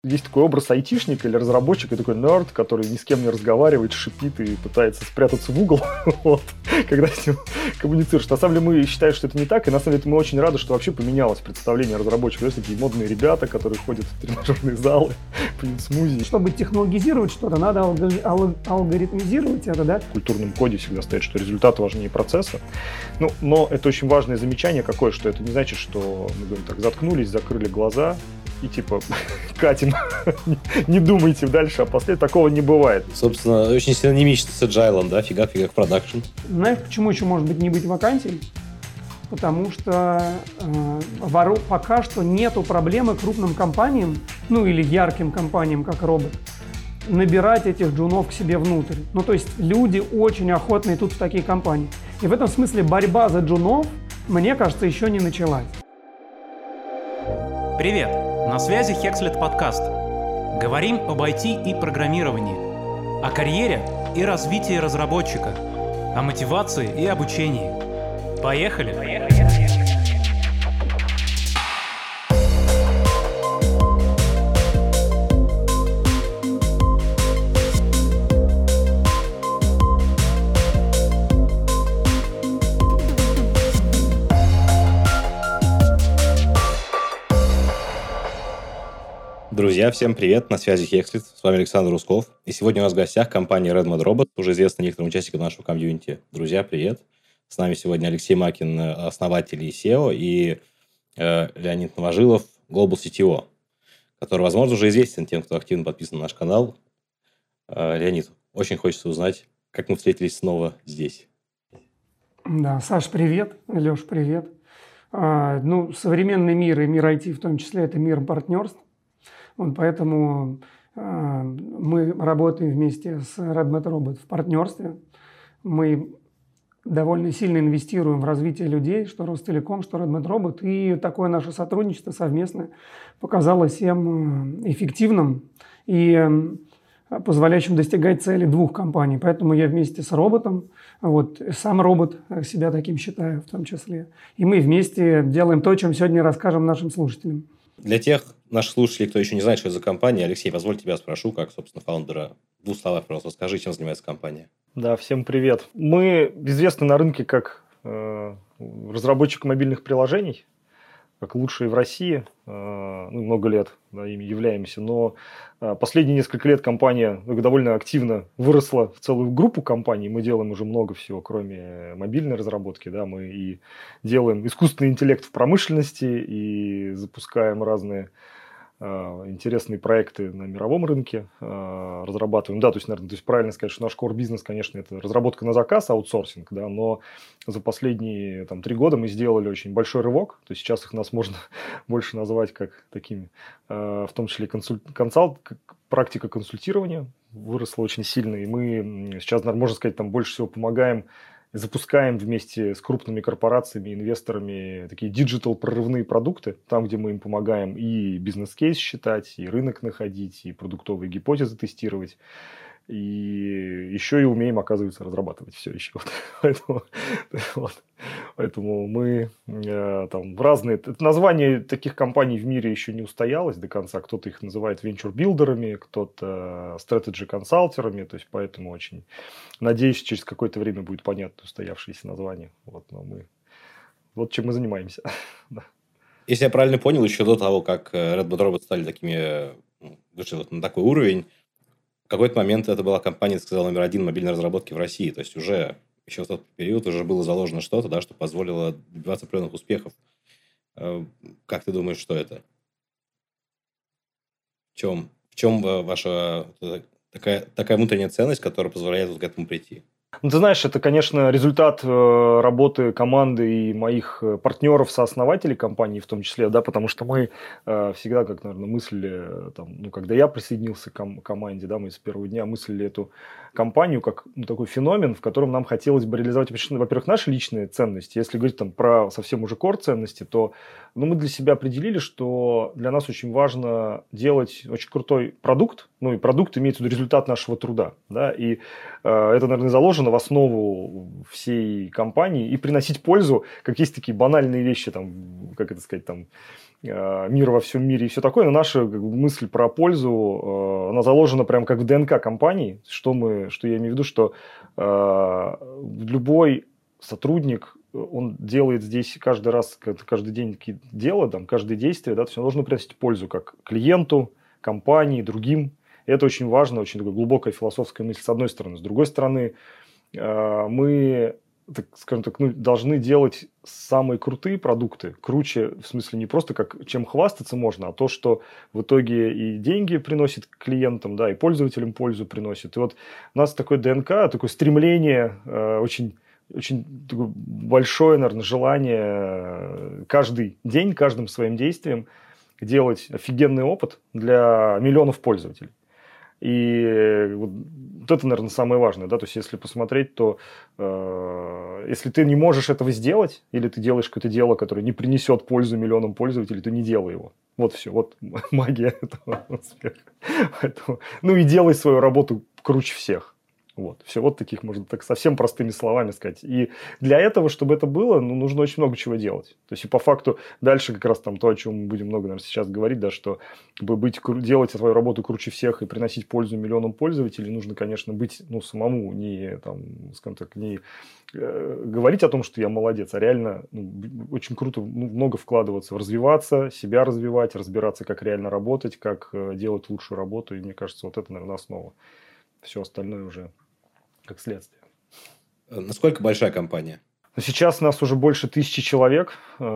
Есть такой образ айтишника или разработчика, такой нерд, который ни с кем не разговаривает, шипит и пытается спрятаться в угол, вот, когда с ним коммуницируешь. На самом деле мы считаем, что это не так, и на самом деле мы очень рады, что вообще поменялось представление разработчиков. Есть такие модные ребята, которые ходят в тренажерные залы, пьют смузи. Чтобы технологизировать что-то, надо алгоритмизировать это, да? В культурном коде всегда стоит, что результат важнее процесса. Ну, но это очень важное замечание какое, что это не значит, что мы говорим так, заткнулись, закрыли глаза, и типа катим, не думайте дальше, а после такого не бывает. Собственно, очень синонимично с agile, да, фигак продакшн. Знаешь, почему еще может быть не быть вакансий? Потому что пока что нету проблемы крупным компаниям, ну или ярким компаниям, как робот, набирать этих джунов к себе внутрь. Ну то есть люди очень охотно идут в такие компании. И в этом смысле борьба за джунов, мне кажется, еще не началась. Привет! На связи Hexlet подкаст. Говорим об IT и программировании, о карьере и развитии разработчика, о мотивации и обучении. Поехали! Друзья, всем привет, на связи Hexlet, с вами Александр Русков. И сегодня у нас в гостях компания Red Mad Robot, уже известная некоторым участникам нашего комьюнити. Друзья, привет. С нами сегодня Алексей Макин, основатель и SEO, и Леонид Новожилов, Global CTO, который, возможно, уже известен тем, кто активно подписан на наш канал. Леонид, очень хочется узнать, как мы встретились снова здесь. Да, Саш, привет. Леш, привет. Современный мир и мир IT в том числе – это мир партнерств. Вот поэтому мы работаем вместе с Red Mad Robot в партнерстве. Мы довольно сильно инвестируем в развитие людей, что Ростелеком, что Red Mad Robot. И такое наше сотрудничество совместное показалось всем эффективным и позволяющим достигать цели двух компаний. Поэтому я вместе с роботом, сам робот себя таким считаю в том числе. И мы вместе делаем то, о чем сегодня расскажем нашим слушателям. Для тех наших слушателей, кто еще не знает, что это за компания, Алексей, позволь тебя спрошу, как, собственно, фаундера. В двух словах, пожалуйста, скажи, чем занимается компания. Да, всем привет. Мы известны на рынке как разработчик мобильных приложений, как лучшие в России, много лет ими являемся, но последние несколько лет компания довольно активно выросла в целую группу компаний. Мы делаем уже много всего, кроме мобильной разработки. Да, мы и делаем искусственный интеллект в промышленности, и запускаем разные интересные проекты на мировом рынке, разрабатываем. Да, то есть правильно сказать, что наш core-бизнес, конечно, это разработка на заказ, аутсорсинг, да, но за последние 3 года мы сделали очень большой рывок, то есть сейчас нас можно больше назвать как такими, в том числе практика консультирования выросла очень сильно, и мы сейчас, можно сказать, больше всего помогаем, запускаем вместе с крупными корпорациями, инвесторами такие диджитал-прорывные продукты, там, где мы им помогаем и бизнес-кейс считать, и рынок находить, и продуктовые гипотезы тестировать. И еще и умеем, оказывается, разрабатывать все еще. Поэтому мы в разные... Название таких компаний в мире еще не устоялось до конца. Кто-то их называет венчур-билдерами, кто-то стратеджи-консалтерами. То есть, поэтому очень надеюсь, через какое-то время будет понятно устоявшееся название. Чем мы занимаемся. Если я правильно понял, еще до того, как Red Mad Robot стали такими... вышли на такой уровень, в какой-то момент это была компания, так сказал, номер 1 мобильной разработки в России. То есть, уже еще в тот период уже было заложено что-то, да, что позволило добиваться определенных успехов. Как ты думаешь, что это? В чем ваша такая внутренняя ценность, которая позволяет к этому прийти? Ты знаешь, это, конечно, результат работы команды и моих партнеров, сооснователей компании в том числе, да, потому что мы всегда, как, наверное, мыслили, когда я присоединился к команде, да, мы с первого дня мыслили эту компанию как такой феномен, в котором нам хотелось бы реализовать, во-первых, наши личные ценности. Если говорить про совсем уже core ценности, то мы для себя определили, что для нас очень важно делать очень крутой продукт, и продукт имеется в виду результат нашего труда, да, и это, наверное, заложено заложено в основу всей компании, и приносить пользу, как есть такие банальные вещи, там, как это сказать, там, мир во всем мире и все такое, но наша мысль про пользу, она заложена прямо как в ДНК компании, что я имею в виду, что любой сотрудник, он делает здесь каждый раз, каждый день какие-то дела, там, каждое действие, да, то есть он должен приносить пользу как клиенту, компании, другим. И это очень важно, очень такая глубокая философская мысль с одной стороны. С другой стороны, мы, так, скажем так, должны делать самые крутые продукты, круче, в смысле не просто как чем хвастаться можно, а то, что в итоге и деньги приносит клиентам, да, и пользователям пользу приносит. И вот у нас такое ДНК, такое стремление, очень такое большое, наверное, желание каждый день, каждым своим действием делать офигенный опыт для миллионов пользователей. И вот это, наверное, самое важное. Да? То есть, если посмотреть, то если ты не можешь этого сделать, или ты делаешь какое-то дело, которое не принесет пользу миллионам пользователей, то не делай его. Вот все. Вот магия этого успеха. Ну и делай свою работу круче всех. Вот. Все вот таких, можно так совсем простыми словами сказать. И для этого, чтобы это было, нужно очень много чего делать. То есть, и по факту дальше как раз там то, о чем мы будем много, наверное, сейчас говорить, да, что делать свою работу круче всех и приносить пользу миллионам пользователей, нужно, конечно, быть самому, не, там, скажем так, не говорить о том, что я молодец, а реально очень круто много вкладываться, развиваться, себя развивать, разбираться, как реально работать, как делать лучшую работу. И мне кажется, вот это, наверное, основа. Все остальное уже как следствие. Насколько большая компания? Сейчас нас уже больше 1000 человек.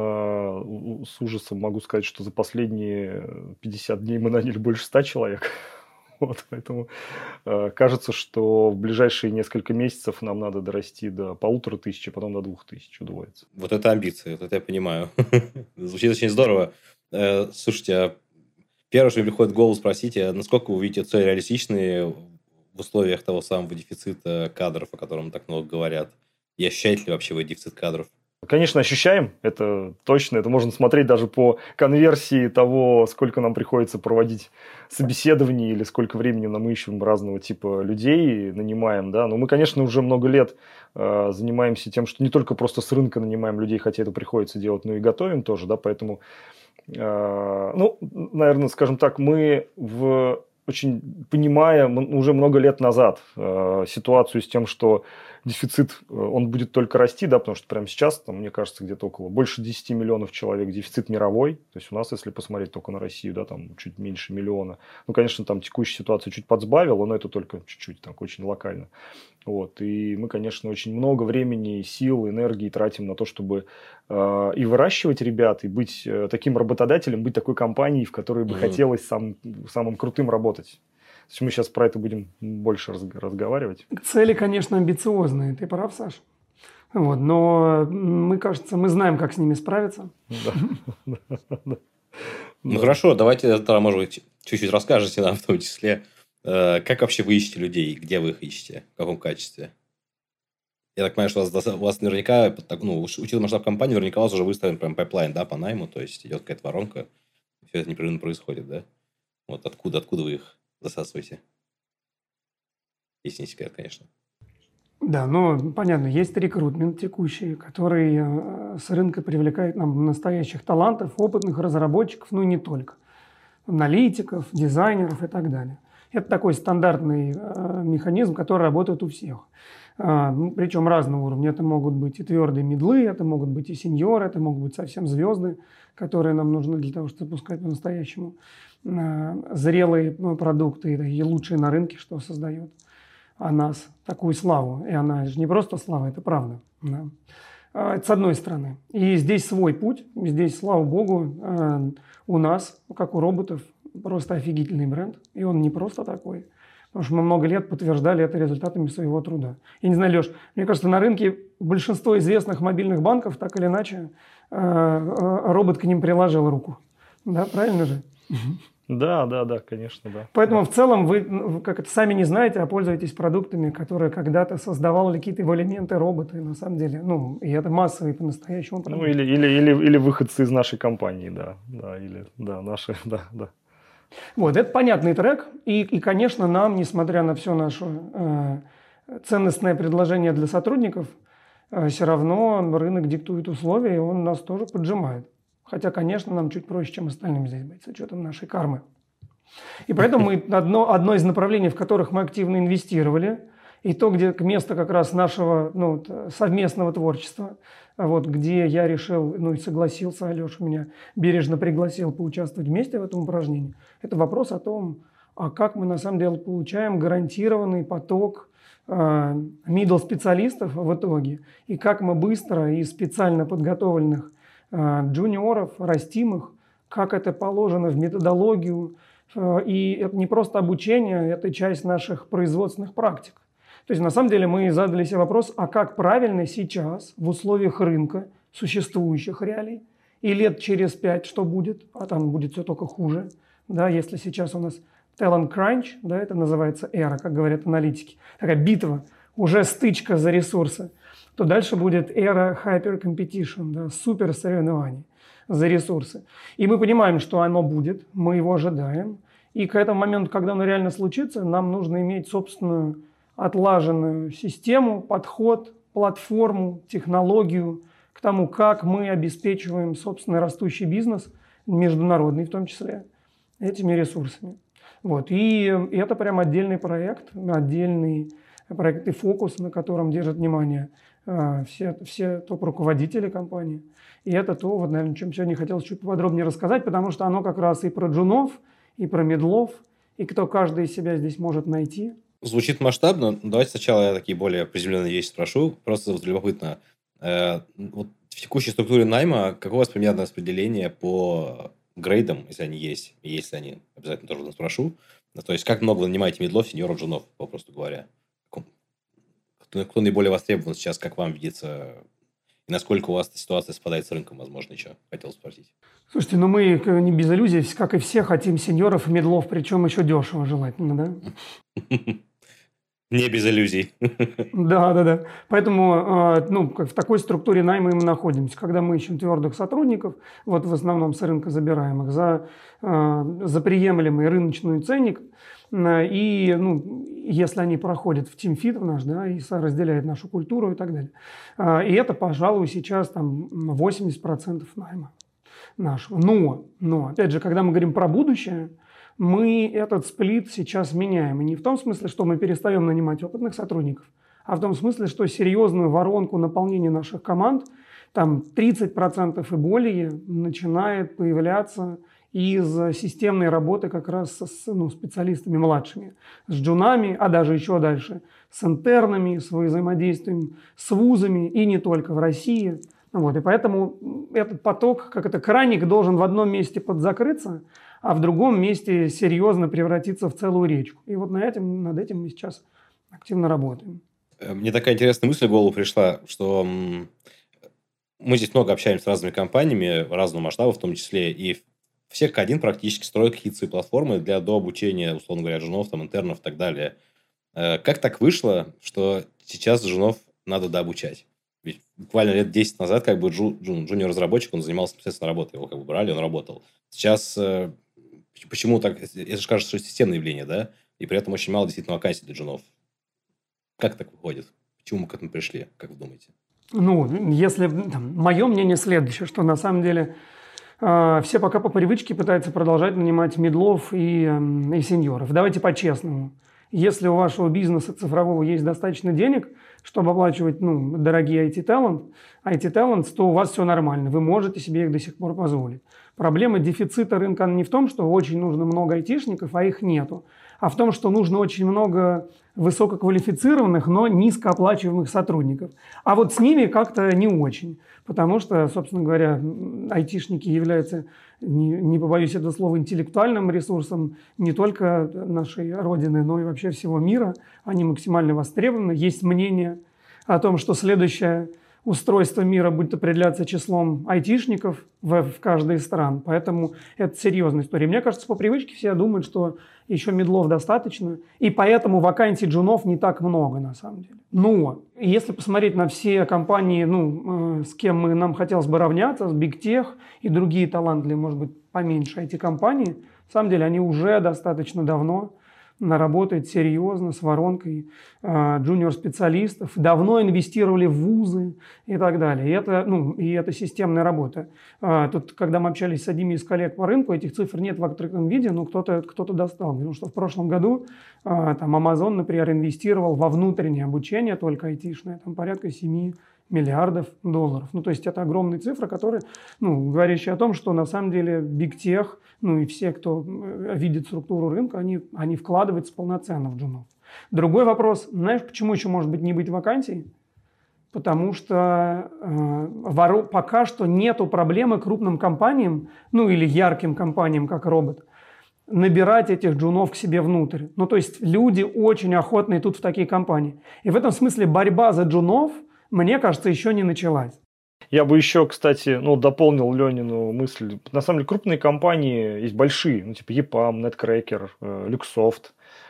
С ужасом могу сказать, что за последние 50 дней мы наняли больше 100 человек. Вот, поэтому кажется, что в ближайшие несколько месяцев нам надо дорасти до 1500, потом до 2000 удвоиться. Вот это амбиции, вот это я понимаю. Звучит очень здорово. Слушайте, а первое, что мне приходит в голову, спросить, насколько вы видите цели реалистичные в условиях того самого дефицита кадров, о котором так много говорят? И ощущаете ли вообще вы дефицит кадров? Конечно, ощущаем, это точно. Это можно смотреть даже по конверсии того, сколько нам приходится проводить собеседований или сколько времени мы ищем разного типа людей, нанимаем. Да? Но мы, конечно, уже много лет занимаемся тем, что не только просто с рынка нанимаем людей, хотя это приходится делать, но и готовим тоже. Да? Поэтому, наверное, скажем так, мы очень понимая уже много лет назад ситуацию с тем, что дефицит, он будет только расти, да, потому что прямо сейчас, там, мне кажется, где-то больше 10 миллионов человек дефицит мировой. То есть у нас, если посмотреть только на Россию, да, там чуть меньше миллиона. Ну, конечно, там текущая ситуация чуть подсбавила, но это только чуть-чуть, так, очень локально. Вот. И мы, конечно, очень много времени, сил, энергии тратим на то, чтобы и выращивать ребят, и быть таким работодателем, быть такой компанией, в которой бы хотелось самым крутым работать. То есть мы сейчас про это будем больше разговаривать. Цели, конечно, амбициозные, ты прав, Саш. Вот, но мы, кажется, мы знаем, как с ними справиться. Ну хорошо, давайте тогда, может быть, чуть-чуть расскажете нам в том числе, как вообще вы ищете людей, где вы их ищете, в каком качестве? Я так понимаю, что у вас наверняка, учитывая масштаб компании, наверняка у вас уже выставлен прям пайплайн, да, по найму, то есть идет какая-то воронка, все это непрерывно происходит, да? Вот откуда вы их засасываете? Если не секрет, конечно. Да, понятно, есть рекрутмент текущий, который с рынка привлекает нам настоящих талантов, опытных разработчиков, но не только. Аналитиков, дизайнеров и так далее. Это такой стандартный механизм, который работает у всех. Причем разного уровня. Это могут быть и твердые мидлы, это могут быть и сеньоры, это могут быть совсем звезды, которые нам нужны для того, чтобы запускать по-настоящему зрелые продукты и лучшие на рынке, что создает о нас такую славу. И она же не просто слава, это правда. Да. Это с одной стороны. И здесь свой путь. Здесь, слава богу, у нас, как у роботов, просто офигительный бренд. И он не просто такой. Потому что мы много лет подтверждали это результатами своего труда. Я не знаю, Леш, мне кажется, на рынке большинство известных мобильных банков, так или иначе, робот к ним приложил руку. Да, правильно же? Да, конечно, да. Поэтому в целом вы, как это, сами не знаете, а пользуетесь продуктами, которые когда-то создавал какие-то элементы робота, на самом деле. И это массовый по-настоящему продукт. Или выходцы из нашей компании, да. Наши. Вот, это понятный трек. И, конечно, нам, несмотря на всю нашу ценностное предложение для сотрудников, все равно рынок диктует условия, и он нас тоже поджимает. Хотя, конечно, нам чуть проще, чем остальным здесь быть, с учетом нашей кармы. И поэтому одно из направлений, в которых мы активно инвестировали, и то, где место как раз нашего совместного творчества, где я решил, и согласился, Алеша меня бережно пригласил поучаствовать вместе в этом упражнении, это вопрос о том, а как мы на самом деле получаем гарантированный поток middle специалистов в итоге, и как мы быстро из специально подготовленных джуниоров растим их, как это положено в методологию. И это не просто обучение, это часть наших производственных практик. То есть на самом деле мы задали себе вопрос, а как правильно сейчас в условиях рынка, существующих реалий, и лет через 5 что будет, а там будет все только хуже, если сейчас у нас talent crunch, это называется эра, как говорят аналитики, такая битва, уже стычка за ресурсы, то дальше будет эра hyper competition, супер соревнований за ресурсы. И мы понимаем, что оно будет, мы его ожидаем, и к этому моменту, когда оно реально случится, нам нужно иметь собственную отлаженную систему, подход, платформу, технологию к тому, как мы обеспечиваем собственный растущий бизнес, международный в том числе, этими ресурсами. И это прям отдельный проект и фокус, на котором держат внимание все топ-руководители компании. И это то, наверное, о чем сегодня хотелось чуть поподробнее рассказать, потому что оно как раз и про джунов, и про мидлов, и кто каждый из себя здесь может найти. Звучит масштабно. Давайте сначала я такие более приземленные вещи спрошу. Просто любопытно. В текущей структуре найма какое у вас примерно распределение по грейдам, если они есть? И если они, обязательно тоже спрошу. То есть, как много вы нанимаете мидлов, сеньоров, джунов, попросту говоря? Кто наиболее востребован сейчас, как вам видится? И насколько у вас эта ситуация совпадает с рынком, возможно, еще хотел спросить. Слушайте, мы не без иллюзий, как и все, хотим сеньоров и медлов, причем еще дешево желательно, да? Не без иллюзий. Да. Поэтому в такой структуре найма мы находимся. Когда мы ищем твердых сотрудников, в основном с рынка забираем их за приемлемый рыночный ценник, и если они проходят в тимфит наш, и разделяют нашу культуру и так далее. И это, пожалуй, сейчас 80% найма нашего. Но, опять же, когда мы говорим про будущее, мы этот сплит сейчас меняем. И не в том смысле, что мы перестаем нанимать опытных сотрудников, а в том смысле, что серьезную воронку наполнения наших команд, 30% и более, начинает появляться из системной работы как раз с специалистами младшими, с джунами, а даже еще дальше, с интернами, с взаимодействием с вузами и не только в России. И поэтому этот поток, как это краник, должен в одном месте подзакрыться, а в другом месте серьезно превратиться в целую речку. И над этим мы сейчас активно работаем. Мне такая интересная мысль в голову пришла, что мы здесь много общаемся с разными компаниями разного масштаба в том числе, и все как один практически строят какие-то свои платформы для дообучения, условно говоря, джунов, интернов и так далее. Как так вышло, что сейчас джунов надо дообучать? Ведь буквально лет 10 назад джуниор-разработчик, он занимался непосредственно работой, его брали, он работал. Сейчас почему так? Это же кажется, что системное явление, да? И при этом очень мало действительно вакансий для джунов. Как так выходит? Почему мы к этому пришли, как вы думаете? Мое мнение следующее, что на самом деле все пока по привычке пытаются продолжать нанимать мидлов и сеньоров. Давайте по-честному. Если у вашего бизнеса цифрового есть достаточно денег, чтобы оплачивать дорогие IT-талент, то у вас все нормально. Вы можете себе их до сих пор позволить. Проблема дефицита рынка не в том, что очень нужно много айтишников, а их нету, а в том, что нужно очень много высококвалифицированных, но низкооплачиваемых сотрудников. А с ними как-то не очень, потому что, собственно говоря, айтишники являются, не побоюсь этого слова, интеллектуальным ресурсом не только нашей Родины, но и вообще всего мира. Они максимально востребованы. Есть мнение о том, что следующее устройство мира будет определяться числом айтишников в каждой из стран. Поэтому это серьезная история. Мне кажется, по привычке все думают, что еще мидлов достаточно, и поэтому вакансий джунов не так много на самом деле. Но если посмотреть на все компании, с кем нам хотелось бы равняться, с Big Tech и другие талантливые, может быть, поменьше IT-компании, на самом деле они уже достаточно давно работает серьезно с воронкой джуниор-специалистов, давно инвестировали в вузы и так далее. И это системная работа. Тут, когда мы общались с одними из коллег по рынку, этих цифр нет в открытом виде, но кто-то достал. Потому что в прошлом году там Amazon, например, инвестировал во внутреннее обучение, только айтишное, там порядка 7 миллиардов долларов. То есть это огромные цифры, которые, говорящие о том, что на самом деле Big Tech, и все, кто видит структуру рынка, они вкладываются полноценно в джунов. Другой вопрос, знаешь, почему еще может быть не быть вакансий? Потому что пока что нету проблемы крупным компаниям, или ярким компаниям, как робот, набирать этих джунов к себе внутрь. То есть люди очень охотно идут в такие компании. И в этом смысле борьба за джунов, мне кажется, еще не началась. Я бы еще, кстати, дополнил Ленину мысль. На самом деле крупные компании есть большие, типа EPAM, Netcracker, Luxoft.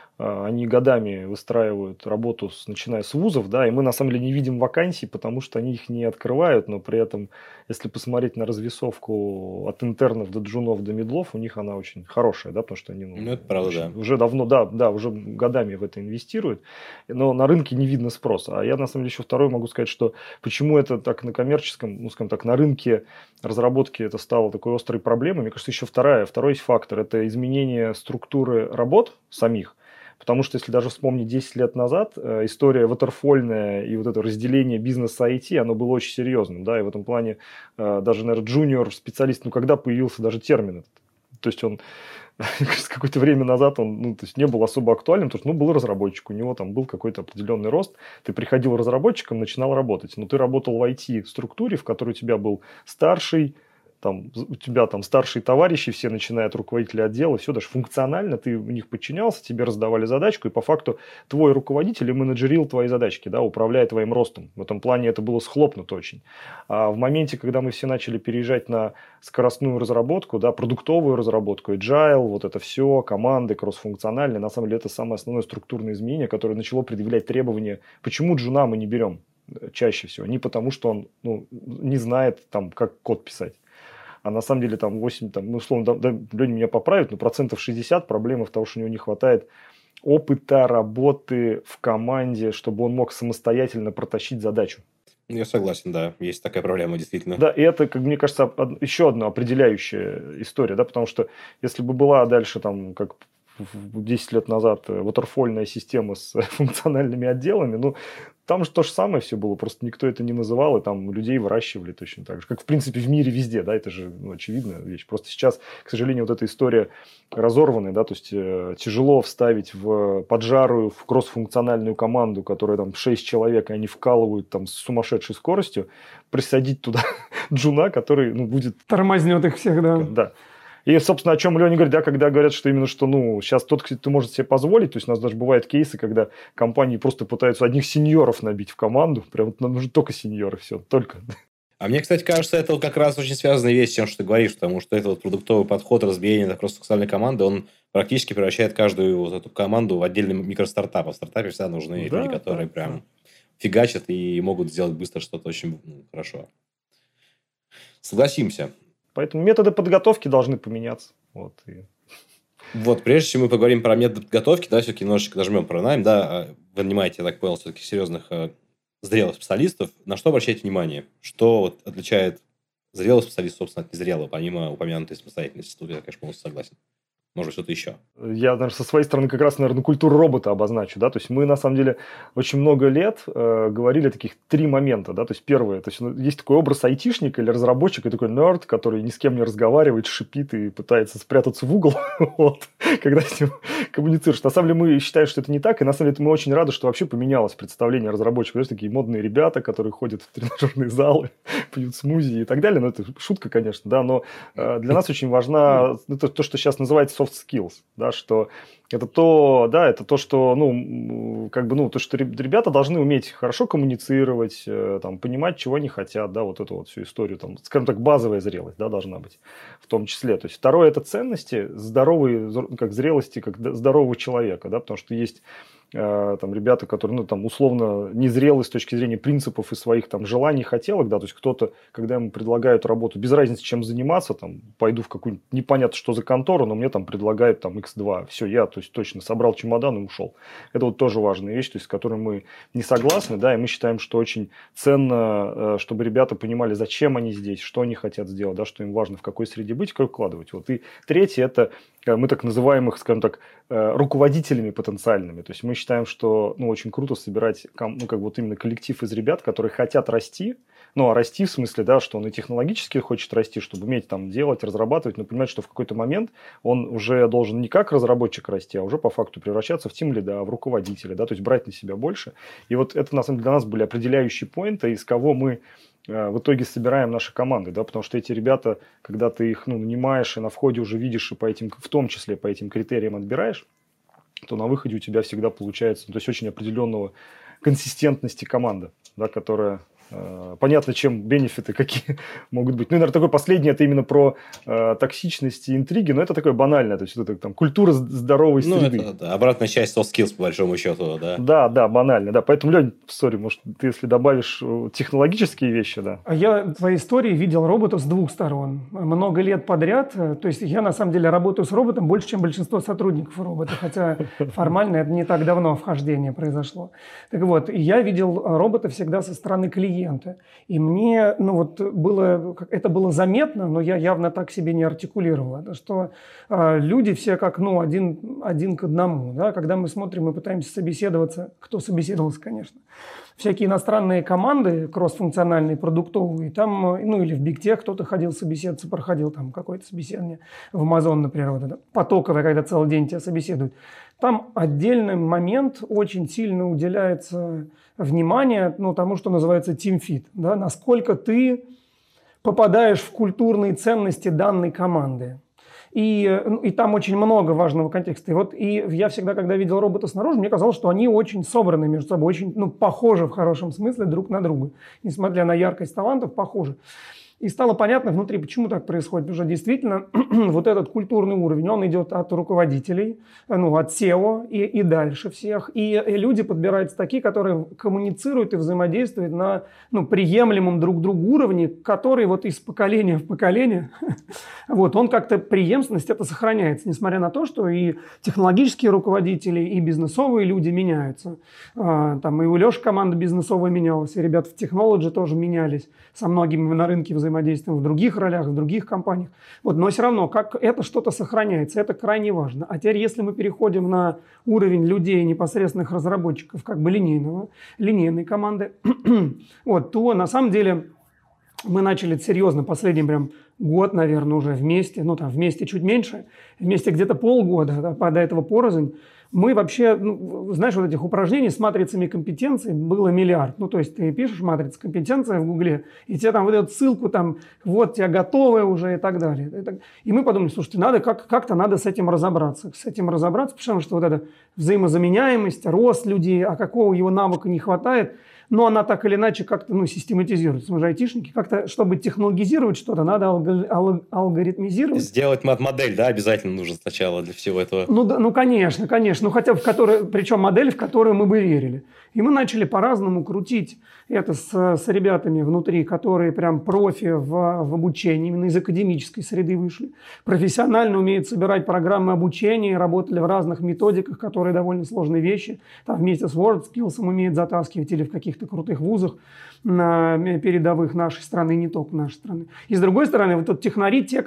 Они годами выстраивают работу, начиная с вузов, да, и мы на самом деле не видим вакансий, потому что они их не открывают, но при этом, если посмотреть на развесовку от интернов до джунов до мидлов, у них она очень хорошая, да, потому что они это правда, уже давно, да, уже годами в это инвестируют, но на рынке не видно спроса. А я на самом деле еще второй могу сказать, что почему это так на коммерческом, скажем так, на рынке разработки это стало такой острой проблемой. Мне кажется, еще второй есть фактор, это изменение структуры работ самих. Потому что, если даже вспомнить 10 лет назад, история ватерфольная и вот это разделение бизнеса IT, оно было очень серьезным, да, и в этом плане даже, наверное, джуниор-специалист, когда появился даже термин этот, то есть он какое-то время назад он не был особо актуальным, потому что был разработчик, у него там был какой-то определенный рост, ты приходил разработчиком, начинал работать, но ты работал в IT-структуре, в которой у тебя был старший, у тебя там старшие товарищи, все начинают руководители отдела, все, даже функционально ты в них подчинялся, тебе раздавали задачку, и по факту твой руководитель менеджерил твои задачки, да, управляя твоим ростом. В этом плане это было схлопнуто очень. А в моменте, когда мы все начали переезжать на скоростную разработку, да, продуктовую разработку, agile, вот это все, команды кроссфункциональные, на самом деле это самое основное структурное изменение, которое начало предъявлять требования, почему джуна мы не берем чаще всего. Не потому, что он не знает, как код писать. А на самом деле 8, условно, Леня меня поправит, но 60% проблема в том, что у него не хватает опыта работы в команде, чтобы он мог самостоятельно протащить задачу. Я согласен, да, есть такая проблема, действительно. Да, и это, как мне кажется, еще одна определяющая история, да, потому что если бы была дальше, как 10 лет назад, ватерфольная система с функциональными отделами, там же то же самое все было, просто никто это не называл, и там людей выращивали точно так же, как в принципе в мире везде, да, это же очевидная вещь. Просто сейчас, к сожалению, вот эта история разорванная, да, то есть тяжело вставить в поджарую, в кроссфункциональную команду, которая 6 человек, и они вкалывают с сумасшедшей скоростью, присадить туда джуна, который будет... Тормознет их всех, да. Да. И, собственно, о чем Леня говорит, да, когда говорят, что именно что, сейчас тот, кто может себе позволить, то есть у нас даже бывают кейсы, когда компании просто пытаются одних сеньоров набить в команду, прям нам нужны только сеньоры, все, только. А мне, кстати, кажется, это как раз очень связанная вещь с тем, что ты говоришь, потому что этот продуктовый подход, разбиение на кроссфункциональной команды, он практически превращает каждую вот эту команду в отдельный микростартап. А в стартапе всегда нужны люди, которые прям фигачат и могут сделать быстро что-то очень хорошо. Согласимся. Поэтому методы подготовки должны поменяться. Прежде чем мы поговорим про метод подготовки, да, все-таки немножечко нажмем про найм, да, вы нанимаете, я так понял, все-таки серьезных зрелых специалистов. На что обращаете внимание? Что отличает зрелый специалист, собственно, от незрелого, помимо упомянутой самостоятельности? Тут я, конечно, полностью согласен. Может быть, что-то еще? Я, наверное, со своей стороны как раз, культуру робота обозначу. Да? То есть мы, на самом деле, очень много лет говорили таких 3 момента. Да? То есть первое, то есть, есть такой образ айтишника или разработчика, такой нерд, который ни с кем не разговаривает, шипит и пытается спрятаться в угол, когда с ним коммуницируешь. На самом деле мы считаем, что это не так, и на самом деле мы очень рады, что вообще поменялось представление разработчиков. Знаешь, такие модные ребята, которые ходят в тренажерные залы, пьют смузи и так далее. Это шутка, конечно, да, но для нас очень важно то, что сейчас называется soft skills, да, что это то, что, то, что ребята должны уметь хорошо коммуницировать, понимать, чего они хотят, да, вот эту всю историю, скажем так, базовая зрелость, да, должна быть в том числе. То есть второе – это ценности, зрелости как здорового человека, да, потому что есть там ребята, которые, ну, там, условно, незрелые с точки зрения принципов и своих там желаний, хотелок, да, то есть кто-то, когда ему предлагают работу, без разницы, чем заниматься, там, пойду в какую-нибудь непонятно что за контору, но мне там предлагают там X2, все, я, то есть, точно собрал чемодан и ушел. Это вот тоже важная вещь, то есть, с которой мы не согласны, да, и мы считаем, что очень ценно, чтобы ребята понимали, зачем они здесь, что они хотят сделать, да, что им важно, в какой среде быть, как вкладывать. Вот. И третье, это мы так называем их, скажем так, руководителями потенциальными. То есть мы считаем, что, ну, очень круто собирать, ну, как бы вот именно коллектив из ребят, которые хотят расти. Ну, а расти в смысле, да, что он и технологически хочет расти, чтобы уметь там делать, разрабатывать, но понимать, что в какой-то момент он уже должен не как разработчик расти, а уже по факту превращаться в тимлида, в руководителя, да, то есть брать на себя больше. И вот это, на самом деле, для нас были определяющие поинты, из кого мы в итоге собираем наши команды, да, потому что эти ребята, когда ты их, ну, нанимаешь и на входе уже видишь и по этим, в том числе по этим критериям отбираешь, то на выходе у тебя всегда получается, ну, то есть очень определенного консистентности команда, да, которая... Понятно, чем бенефиты какие могут быть. Ну, и, наверное, такое последнее, это именно про токсичность и интриги, но это такое банальное, то есть это там культура здоровой среды. Ну, это обратная часть soft skills, по большому счету, да. Да, банально, да. Поэтому, Лень, сори, может, ты если добавишь технологические вещи, да. Я в твоей истории видел роботов с двух сторон. Много лет подряд. То есть я, на самом деле, работаю с роботом больше, чем большинство сотрудников робота, хотя формально это не так давно вхождение произошло. Так вот, я видел робота всегда со стороны клиента. И мне, ну вот, это было заметно, но я явно так себе не артикулировал, это, что люди все как, ну, один к одному. Да? Когда мы смотрим и пытаемся собеседоваться, кто собеседовался, конечно, всякие иностранные команды, кроссфункциональные, продуктовые, там, ну, или в Big Tech кто-то ходил собеседоваться, проходил там какое-то собеседование в Amazon, например, вот это, потоковое, когда целый день тебя собеседуют. Там отдельный момент очень сильно уделяется внимание, ну, тому, что называется team fit, да, насколько ты попадаешь в культурные ценности данной команды. И там очень много важного контекста. И я всегда, когда видел робота снаружи, мне казалось, что они очень собраны между собой, очень, ну, похожи в хорошем смысле друг на друга. Несмотря на яркость талантов, похожи. И стало понятно внутри, почему так происходит. Потому что действительно вот этот культурный уровень, он идет от руководителей, ну, от SEO и дальше всех. И люди подбираются такие, которые коммуницируют и взаимодействуют на, ну, приемлемом друг другу уровне, который вот из поколения в поколение, вот, он как-то, преемственность это сохраняется, несмотря на то, что и технологические руководители, и бизнесовые люди меняются. Там и у Леши команда бизнесовая менялась, и ребята в технологии тоже менялись, со многими на рынке взаимодействуем в других ролях, в других компаниях. Вот, но все равно, как это что-то сохраняется, это крайне важно. А теперь, если мы переходим на уровень людей, непосредственных разработчиков, как бы линейной команды, вот, то на самом деле мы начали серьезно, последний прям год, наверное, уже вместе, ну там вместе чуть меньше, вместе где-то полгода, да, до этого порознь. Мы вообще, ну, знаешь, вот этих упражнений с матрицами компетенций было миллиард. Ну, то есть ты пишешь матрицу компетенции в Гугле, и тебе там выдают ссылку, там, вот, тебя готовое уже и так далее. И мы подумали, слушайте, надо как-то надо с этим разобраться. Потому что вот эта взаимозаменяемость, рост людей, а какого его навыка не хватает, но она так или иначе как-то, ну, систематизируется. Мы же айтишники, как-то, чтобы технологизировать что-то, надо алгоритмизировать. Сделать модель, да, обязательно нужно сначала для всего этого. Ну, да, ну конечно. Ну, хотя причем модель, в которую мы бы верили. И мы начали по-разному крутить это с ребятами внутри, которые прям профи в обучении, именно из академической среды вышли. Профессионально умеют собирать программы обучения, работали в разных методиках, которые довольно сложные вещи. Там вместе с WorldSkills умеют затаскивать или в каких-то крутых вузах передовых нашей страны, не только нашей страны. И с другой стороны, вот тут технари те,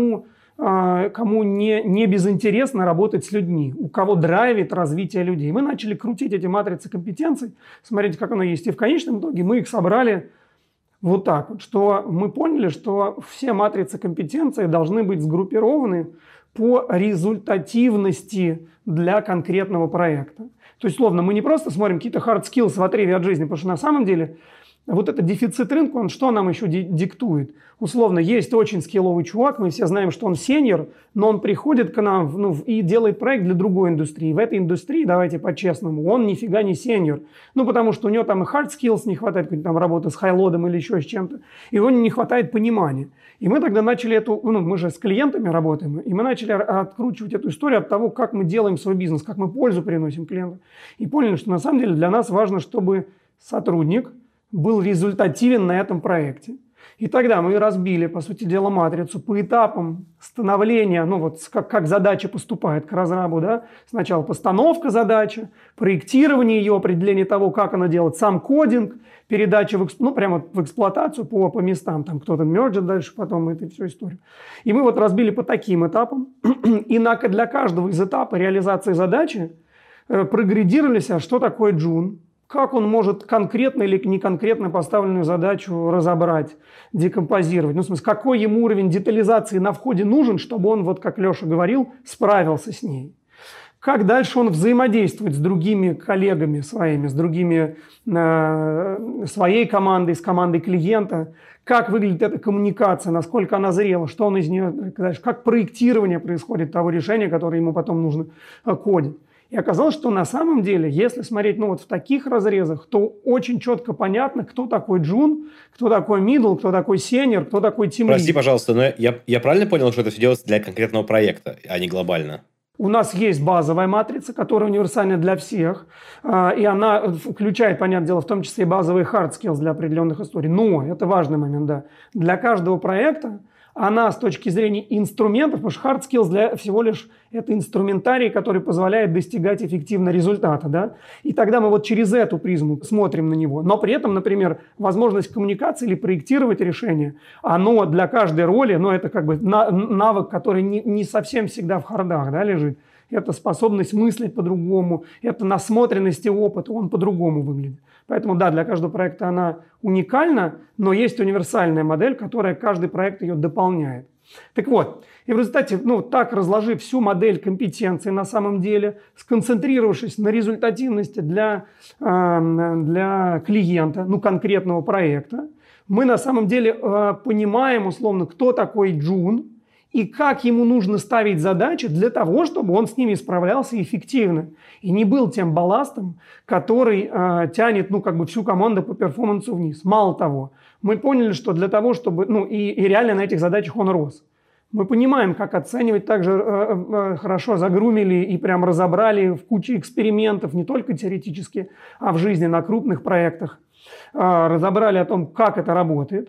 кому не безинтересно работать с людьми, у кого драйвит развитие людей. Мы начали крутить эти матрицы компетенций, смотреть, как оно есть. И в конечном итоге мы их собрали вот так вот, что мы поняли, что все матрицы компетенций должны быть сгруппированы по результативности для конкретного проекта. То есть, словно, мы не просто смотрим какие-то hard skills в отрыве от жизни, потому что на самом деле вот этот дефицит рынка, он что нам еще диктует? Условно, есть очень скилловый чувак, мы все знаем, что он сеньор, но он приходит к нам и делает проект для другой индустрии. В этой индустрии, давайте по-честному, он нифига не сеньор. Потому что у него там и hard skills не хватает, там работы с хайлодом или еще с чем-то. И его не хватает понимания. И мы тогда начали мы же с клиентами работаем, и мы начали откручивать эту историю от того, как мы делаем свой бизнес, как мы пользу приносим клиентам. И поняли, что на самом деле для нас важно, чтобы сотрудник был результативен на этом проекте. И тогда мы разбили, по сути дела, матрицу по этапам становления, как задача поступает к разрабу. Да? Сначала постановка задачи, проектирование ее, определение того, как она делает, сам кодинг, передача прямо в эксплуатацию по местам. Там кто-то мерджит дальше потом эту всю историю. И мы разбили по таким этапам. И для каждого из этапов реализации задачи прогредировались, что такое джун. Как он может конкретно или не конкретно поставленную задачу разобрать, декомпозировать? В смысле, какой ему уровень детализации на входе нужен, чтобы он, как Леша говорил, справился с ней? Как дальше он взаимодействует с другими коллегами своими, с другими, своей командой, с командой клиента? Как выглядит эта коммуникация, насколько она зрела, что он из нее, как проектирование происходит того решения, которое ему потом нужно кодить? И оказалось, что на самом деле, если смотреть в таких разрезах, то очень четко понятно, кто такой джун, кто такой мидл, кто такой сеньор, кто такой тимлид. Прости, пожалуйста, но я правильно понял, что это все делается для конкретного проекта, а не глобально? У нас есть базовая матрица, которая универсальна для всех, и она включает, понятное дело, в том числе и базовые hard skills для определенных историй. Но, это важный момент, да, для каждого проекта она с точки зрения инструментов, потому что hard skills всего лишь это инструментарий, который позволяет достигать эффективно результата. Да? И тогда мы через эту призму смотрим на него. Но при этом, например, возможность коммуникации или проектировать решение, оно для каждой роли, это навык, который не совсем всегда в хардах, да, лежит. Это способность мыслить по-другому, это насмотренность и опыт, он по-другому выглядит. Поэтому, да, для каждого проекта она уникальна, но есть универсальная модель, которая каждый проект ее дополняет. Так вот, и в результате, так разложив всю модель компетенций на самом деле, сконцентрировавшись на результативности для клиента, конкретного проекта, мы на самом деле понимаем, условно, кто такой джун, и как ему нужно ставить задачи для того, чтобы он с ними справлялся эффективно. И не был тем балластом, который тянет всю команду по перформансу вниз. Мало того, мы поняли, что для того, чтобы... и реально на этих задачах он рос. Мы понимаем, как оценивать, также хорошо загрумили и прям разобрали в куче экспериментов, не только теоретически, а в жизни на крупных проектах. Разобрали о том, как это работает,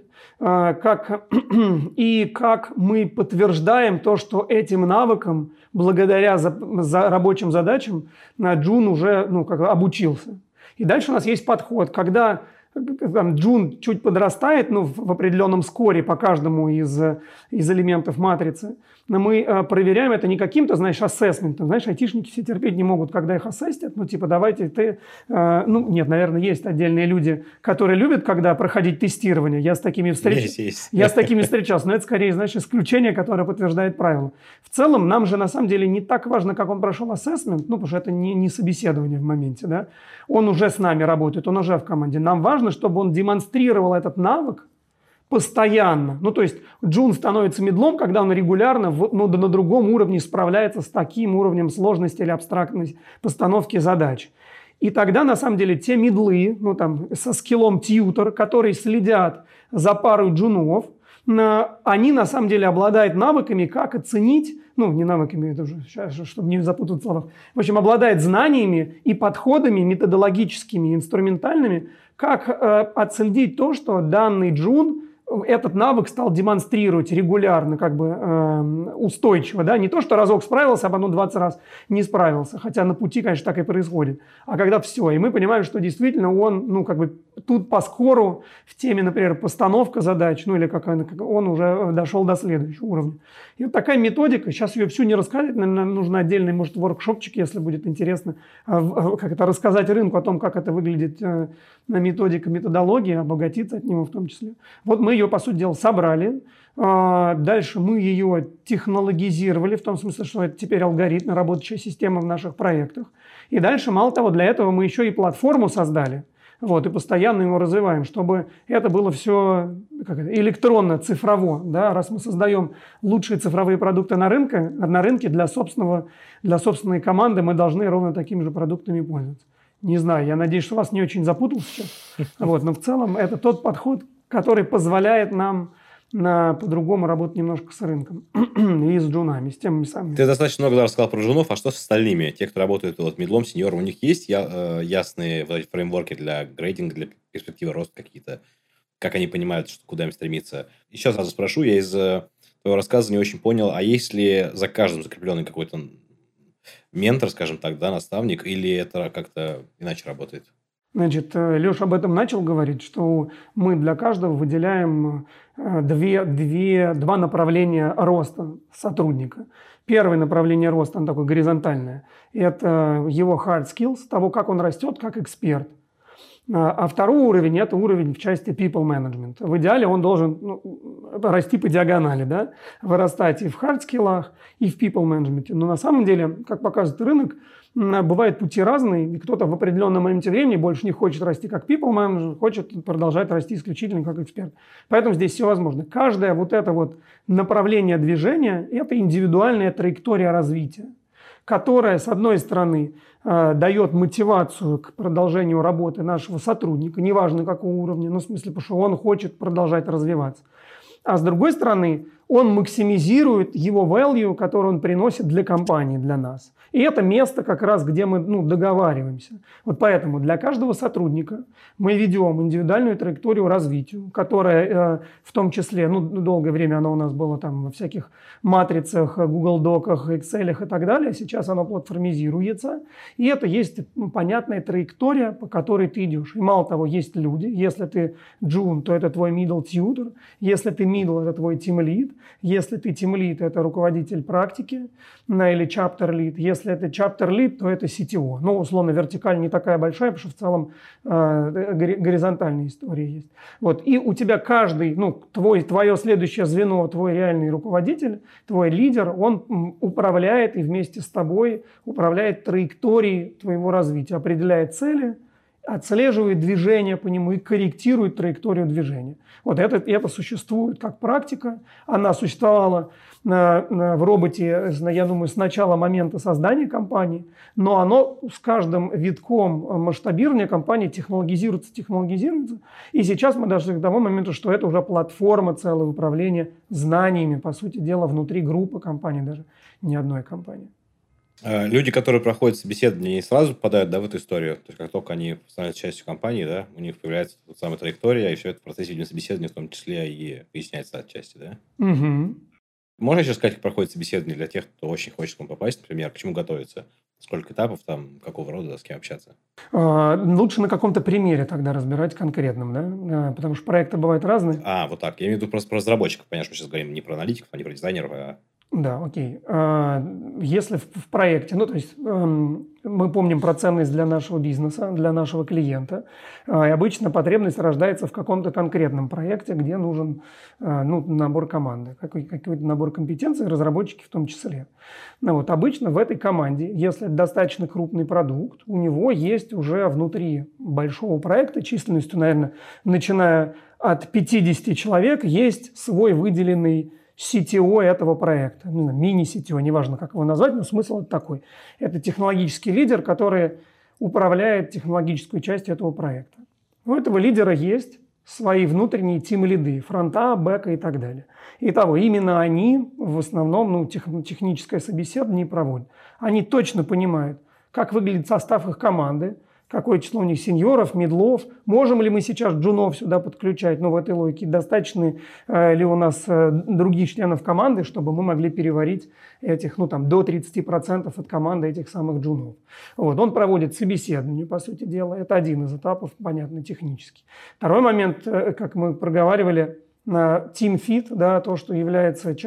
и как мы подтверждаем то, что этим навыкам, благодаря рабочим задачам, джун уже обучился. И дальше у нас есть подход, когда джун чуть подрастает в определенном скоре по каждому из элементов матрицы, но мы проверяем это не каким-то, ассессментом. Айтишники все терпеть не могут, когда их ассестят. Давайте ты... нет, наверное, есть отдельные люди, которые любят, когда проходить тестирование. Я с такими встречался. Но это скорее, исключение, которое подтверждает правило. В целом, нам же на самом деле не так важно, как он прошел ассессмент, потому что это не собеседование в моменте. Да? Он уже с нами работает, он уже в команде. Нам важно, чтобы он демонстрировал этот навык постоянно. То есть джун становится мидлом, когда он регулярно на другом уровне справляется с таким уровнем сложности или абстрактной постановки задач. И тогда, на самом деле, те мидлы, со скиллом тьютор, которые следят за парой джунов, они, на самом деле, обладают навыками, как оценить, не навыками, это уже, чтобы не запутать в словах, в общем, обладает знаниями и подходами методологическими, инструментальными, как отследить то, что данный джун этот навык стал демонстрировать регулярно, устойчиво. Да? Не то, что разок справился, а потом 20 раз не справился. Хотя на пути, конечно, так и происходит. А когда все. И мы понимаем, что действительно он, тут по скору в теме, например, постановка задач, или он уже дошел до следующего уровня. И вот такая методика, сейчас ее всю не рассказать, наверное, нужно отдельный, может, воркшопчик, если будет интересно, рассказать рынку о том, как это выглядит методика, методология, обогатиться от него в том числе. Вот мы ее, по сути дела, собрали. Дальше мы ее технологизировали, в том смысле, что это теперь алгоритмы, работающая система в наших проектах. И дальше, мало того, для этого мы еще и платформу создали. Вот, и постоянно его развиваем, чтобы это было все электронно, цифрово. Да? Раз мы создаем лучшие цифровые продукты на рынке для собственной команды, мы должны ровно такими же продуктами пользоваться. Не знаю, я надеюсь, что вас не очень запутал сейчас. Вот, но в целом это тот подход, который позволяет нам по-другому работать немножко с рынком и с джунами, с теми самыми. Ты достаточно много рассказал про джунов, а что с остальными? Те, кто работает мидлом, сеньором, у них есть ясные фреймворки для грейдинга, для перспективы роста какие-то? Как они понимают, куда им стремиться? Еще сразу спрошу, я из твоего рассказа не очень понял, а есть ли за каждым закрепленный какой-то ментор, скажем так, да, наставник, или это как-то иначе работает? Значит, Леша об этом начал говорить, что мы для каждого выделяем два направления роста сотрудника. Первое направление роста, оно такое горизонтальное, это его hard skills, того, как он растет как эксперт. А второй уровень – это уровень в части people management. В идеале он должен расти по диагонали, да? Вырастать и в hard skill'ах, и в people management. Но на самом деле, как показывает рынок, бывают пути разные, и кто-то в определенном моменте времени больше не хочет расти как people manager, хочет продолжать расти исключительно как эксперт. Поэтому здесь все возможно. Каждое вот это вот направление движения – это индивидуальная траектория развития, которая, с одной стороны, дает мотивацию к продолжению работы нашего сотрудника, неважно какого уровня, в смысле, потому что он хочет продолжать развиваться. А с другой стороны, он максимизирует его value, который он приносит для компании, для нас. И это место как раз, где мы договариваемся. Вот поэтому для каждого сотрудника мы ведем индивидуальную траекторию развития, которая в том числе, долгое время она у нас была там во всяких матрицах, Google Доках, Excel и так далее. Сейчас она платформизируется. И это есть понятная траектория, по которой ты идешь. И мало того, есть люди. Если ты джун, то это твой middle tutor. Если ты middle, это твой team lead. Если ты team lead, это руководитель практики или chapter lead. Если это chapter lead, то это CTO. Условно, вертикаль не такая большая, потому что в целом горизонтальная история есть. Вот. И у тебя каждый, твое следующее звено, твой реальный руководитель, твой лидер, он управляет и вместе с тобой управляет траекторией твоего развития, определяет цели, отслеживает движение по нему и корректирует траекторию движения. Вот это существует как практика. Она существовала в роботе, я думаю, с начала момента создания компании, но оно с каждым витком масштабирования компании технологизируется. И сейчас мы дошли к тому моменту, что это уже платформа целое управления знаниями, по сути дела, внутри группы компаний, даже не одной компании. Люди, которые проходят собеседование, не сразу попадают, да, в эту историю. То есть, как только они становятся частью компании, да, у них появляется та самая траектория, и все это в процессе собеседования в том числе и выясняется отчасти, да? Угу. Можно еще сказать, как проходит собеседование для тех, кто очень хочет к вам попасть, например, к чему готовиться? Сколько этапов там, какого рода, с кем общаться? Лучше на каком-то примере тогда разбирать конкретном, да? Потому что проекты бывают разные. Вот так. Я имею в виду просто про разработчиков. Понятно, что мы сейчас говорим не про аналитиков, не про дизайнеров, а... Да, окей. Если в проекте, то есть мы помним про ценность для нашего бизнеса, для нашего клиента, и обычно потребность рождается в каком-то конкретном проекте, где нужен набор команды, какой-то набор компетенций, разработчики в том числе. Обычно в этой команде, если это достаточно крупный продукт, у него есть уже внутри большого проекта численностью, наверное, начиная от 50 человек, есть свой выделенный CTO этого проекта, мини-CTO, неважно, как его назвать, но смысл это такой. Это технологический лидер, который управляет технологической частью этого проекта. У этого лидера есть свои внутренние тим-лиды, фронта, бэка и так далее. Итого, именно они в основном техническое собеседование проводят. Они точно понимают, как выглядит состав их команды, какое число у них сеньоров, мидлов, можем ли мы сейчас джунов сюда подключать, в этой логике, достаточно ли у нас других членов команды, чтобы мы могли переварить этих, до 30% от команды этих самых джунов. Он проводит собеседование, по сути дела, это один из этапов, понятно, технический. Второй момент, как мы проговаривали, team fit, да, то, что является,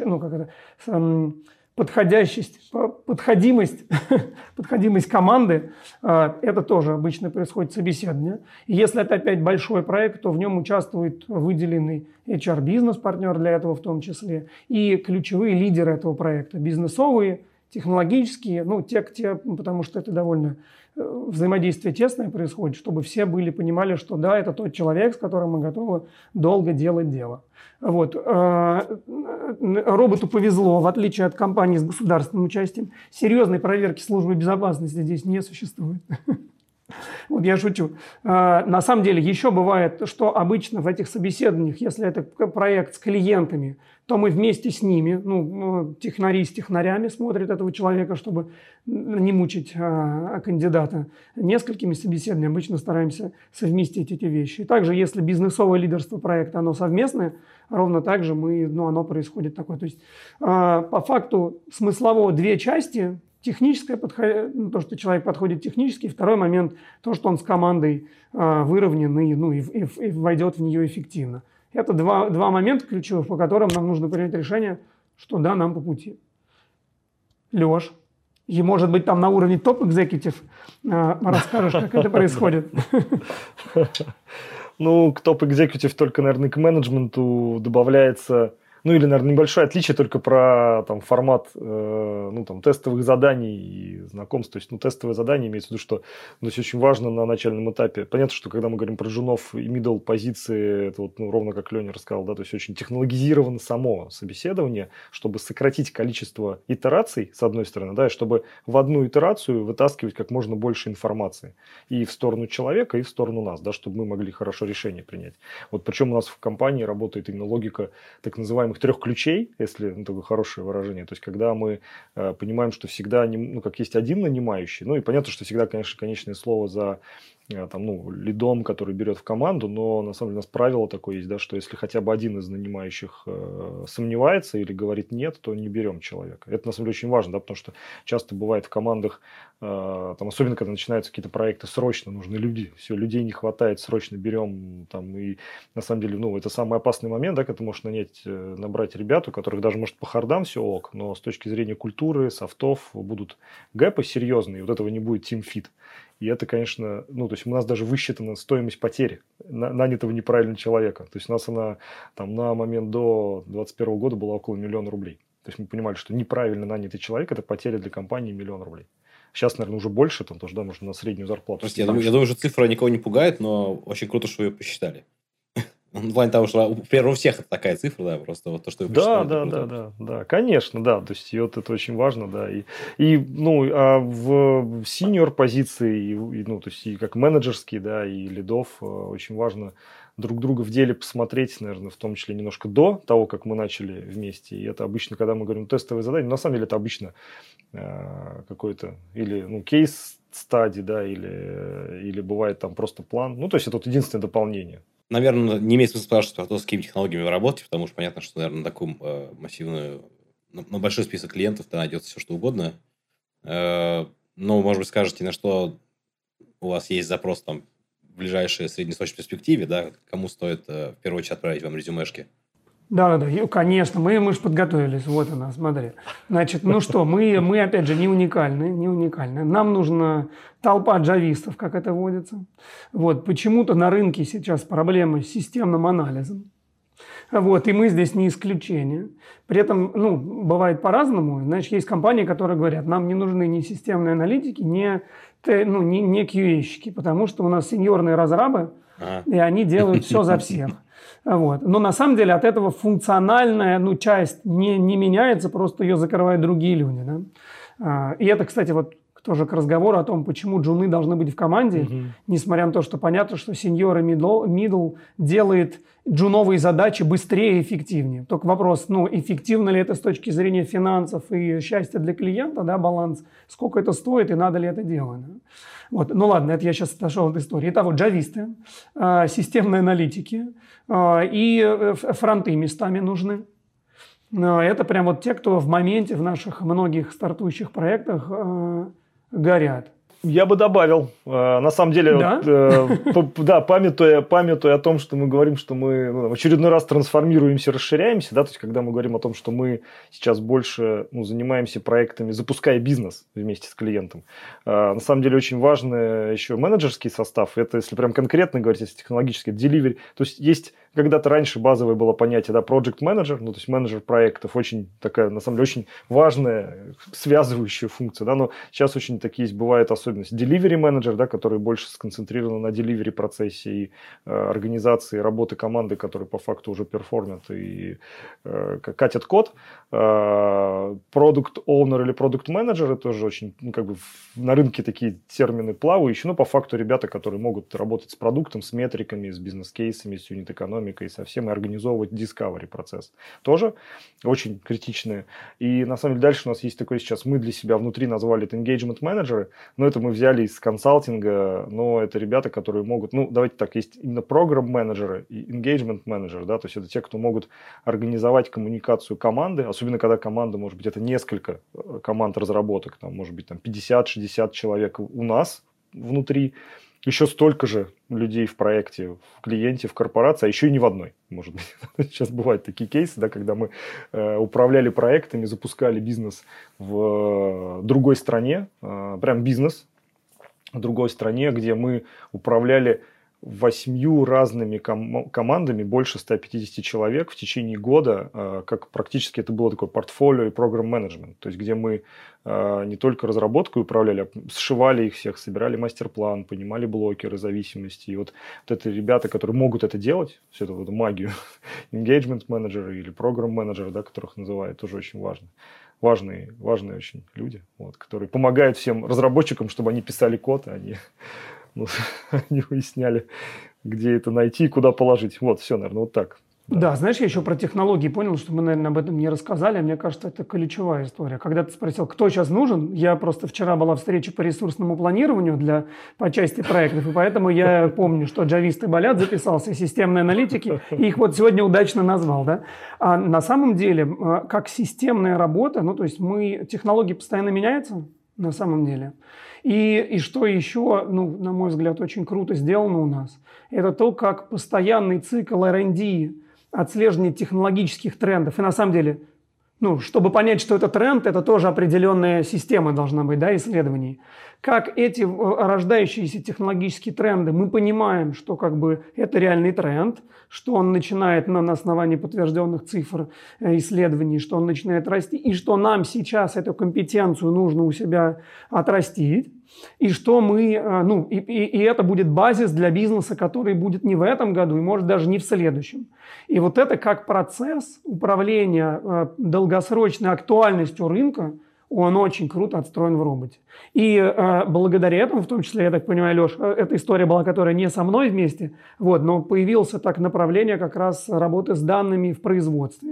подходимость команды, это тоже обычно происходит собеседование. И если это опять большой проект, то в нем участвует выделенный HR-бизнес-партнер для этого в том числе, и ключевые лидеры этого проекта, бизнесовые технологические, ну, потому что это довольно взаимодействие тесное происходит, чтобы все понимали, что да, это тот человек, с которым мы готовы долго делать дело. Вот. Роботу повезло, в отличие от компании с государственным участием, серьезной проверки службы безопасности здесь не существует. Вот я шучу. На самом деле еще бывает, что обычно в этих собеседованиях, если это проект с клиентами, то мы вместе с ними, ну, технари с технарями смотрят этого человека, чтобы не мучить кандидата. Несколькими собеседованиями обычно стараемся совместить эти вещи. И также, если бизнесовое лидерство проекта, оно совместное, ровно так же оно происходит такое. То есть по факту смыслово две части. Техническое, то, что человек подходит технически. Второй момент, то, что он с командой выровнен и войдет в нее эффективно. Это два момента ключевых, по которым нам нужно принять решение, что да, нам по пути. Леш, и может быть там на уровне топ-экзекутив расскажешь, как это происходит. Ну, к топ-экзекутив только, наверное, к менеджменту добавляется... Ну, или, наверное, небольшое отличие только про формат тестовых заданий и знакомств. То есть, тестовые задания имеется в виду, что здесь очень важно на начальном этапе. Понятно, что когда мы говорим про джунов и middle позиции, это ровно как Леня рассказал, да, то есть очень технологизировано само собеседование, чтобы сократить количество итераций, с одной стороны, да, и чтобы в одну итерацию вытаскивать как можно больше информации и в сторону человека, и в сторону нас, да, чтобы мы могли хорошо решение принять. Вот причем у нас в компании работает именно логика так называемых 3 ключей, если такое хорошее выражение. То есть, когда мы понимаем, что всегда, как есть один нанимающий, и понятно, что всегда, конечно, конечное слово за лидом, который берет в команду, но на самом деле у нас правило такое есть, да, что если хотя бы один из нанимающих сомневается или говорит нет, то не берем человека. Это на самом деле очень важно, да, потому что часто бывает в командах, особенно когда начинаются какие-то проекты, срочно нужны люди, все, людей не хватает, срочно берем, и на самом деле, это самый опасный момент, да, когда ты можешь набрать ребят, у которых даже, может, по хардам все ок, но с точки зрения культуры, софтов будут гэпы серьезные, и вот этого не будет тимфит. И это, конечно, то есть у нас даже высчитана стоимость потери нанятого неправильного человека. То есть у нас она на момент до 2021 года была около 1 000 000 рублей. То есть мы понимали, что неправильно нанятый человек – это потеря для компании 1 000 000 рублей. Сейчас, наверное, уже больше, потому что, можно на среднюю зарплату. Я думаю, что цифра никого не пугает, но очень круто, что вы ее посчитали. В плане того, что у всех это такая цифра, да, просто вот то, что вы посчитали. Да, конечно, да, то есть это очень важно, да, а в синьор позиции, то есть и как менеджерские, да, и лидов очень важно друг друга в деле посмотреть, наверное, в том числе немножко до того, как мы начали вместе, и это обычно, когда мы говорим тестовые задания, на самом деле это обычно какой-то или кейс-стади, да, или бывает там просто план, то есть это единственное дополнение. Наверное, не имеет смысла спрашивать, с какими технологиями вы работаете, потому что понятно, что, наверное, на такую массивную, на большой список клиентов найдется все, что угодно. Но, может быть, скажете, на что у вас есть запрос в ближайшей среднесрочной перспективе, да, кому стоит в первую очередь отправить вам резюмешки? Да, конечно, мы же подготовились, вот она, смотри. Значит, мы опять же не уникальны. Нам нужна толпа джавистов, как это водится. Вот, почему-то на рынке сейчас проблемы с системным анализом. Вот, и мы здесь не исключение. При этом, бывает по-разному. Значит, есть компании, которые говорят, нам не нужны ни системные аналитики, ни QA-щики, потому что у нас сеньорные разрабы, и они делают все за всех. Вот. Но на самом деле от этого функциональная часть не меняется, просто ее закрывают другие люди. Да? И это, кстати, тоже к разговору о том, почему джуны должны быть в команде, несмотря на то, что понятно, что сеньор и middle делает джуновые задачи быстрее и эффективнее. Только вопрос, эффективно ли это с точки зрения финансов и счастья для клиента, да, баланс, сколько это стоит и надо ли это делать. Да? Вот. Ладно, это я сейчас отошел от истории. Итак, джависты, системные аналитики и фронты местами нужны. Это прям те, кто в моменте в наших многих стартующих проектах горят. Я бы добавил, на самом деле, да? памятуя о том, что мы говорим, что мы в очередной раз трансформируемся, расширяемся, да, то есть когда мы говорим о том, что мы сейчас больше занимаемся проектами, запуская бизнес вместе с клиентом, на самом деле очень важный еще менеджерский состав, это если прям конкретно говорить, если технологически, delivery, то есть когда-то раньше базовое было понятие, да, project manager, ну, то есть менеджер проектов, очень такая, на самом деле, очень важная, связывающая функция, да, но сейчас очень такие бывают особенности. Delivery manager, да, который больше сконцентрирован на delivery процессе и организации работы команды, которые по факту уже перформят и катят код. Product owner или product manager, это тоже очень, ну, как бы на рынке такие термины плавающие, но по факту ребята, которые могут работать с продуктом, с метриками, с бизнес-кейсами, с юнит-экономикой, со всем и организовывать discovery процесс. Тоже очень критичные. И на самом деле дальше у нас есть такое сейчас, мы для себя внутри назвали это engagement менеджеры, но это мы взяли из консалтинга, но это ребята, которые могут, ну, давайте так, есть именно программ-менеджеры и engagement менеджеры, да, то есть это те, кто могут организовать коммуникацию команды, особенно когда команда, может быть, это несколько команд разработок, там, может быть, там 50-60 человек у нас внутри, еще столько же людей в проекте, в клиенте, в корпорации, а еще и не в одной, может быть. Сейчас бывают такие кейсы, да, когда мы управляли проектами, запускали бизнес в другой стране, прям бизнес в другой стране, где мы управляли 8 разными командами, больше 150 человек в течение года, как практически это было такое портфолио и программ-менеджмент, то есть где мы не только разработкой управляли, а сшивали их всех, собирали мастер-план, понимали блокеры зависимости. И вот это ребята, которые могут это делать, всю эту магию, engagement-менеджеры или программ-менеджеры, да, которых называют, тоже очень важно. Важные очень люди, вот, которые помогают всем разработчикам, чтобы они писали код, а они выясняли, где это найти и куда положить. Вот, все, наверное, вот так. Да, знаешь, я еще про технологии понял, что мы, наверное, об этом не рассказали. Мне кажется, это ключевая история. Когда ты спросил, кто сейчас нужен, я просто вчера была встреча по ресурсному планированию по части проектов, и поэтому я помню, что джависты болят, записался, системные аналитики, и их вот сегодня удачно назвал, да. А на самом деле, как системная работа, ну, то есть технологии постоянно меняются, на самом деле. И что еще, ну, на мой взгляд, очень круто сделано у нас, это то, как постоянный цикл R&D, отслеживание технологических трендов. И на самом деле, ну, чтобы понять, что это тренд, это тоже определенная система должна быть, да, исследований. Как эти рождающиеся технологические тренды, мы понимаем, что как бы это реальный тренд, что он начинает на основании подтвержденных цифр исследований, что он начинает расти, и что нам сейчас эту компетенцию нужно у себя отрастить, и что мы, ну, и это будет базис для бизнеса, который будет не в этом году, и может даже не в следующем. И вот это как процесс управления долгосрочной актуальностью рынка, он очень круто отстроен в роботе. И благодаря этому, в том числе, я так понимаю, Леш, эта история была, которая не со мной вместе, вот, но появилось так направление как раз работы с данными в производстве.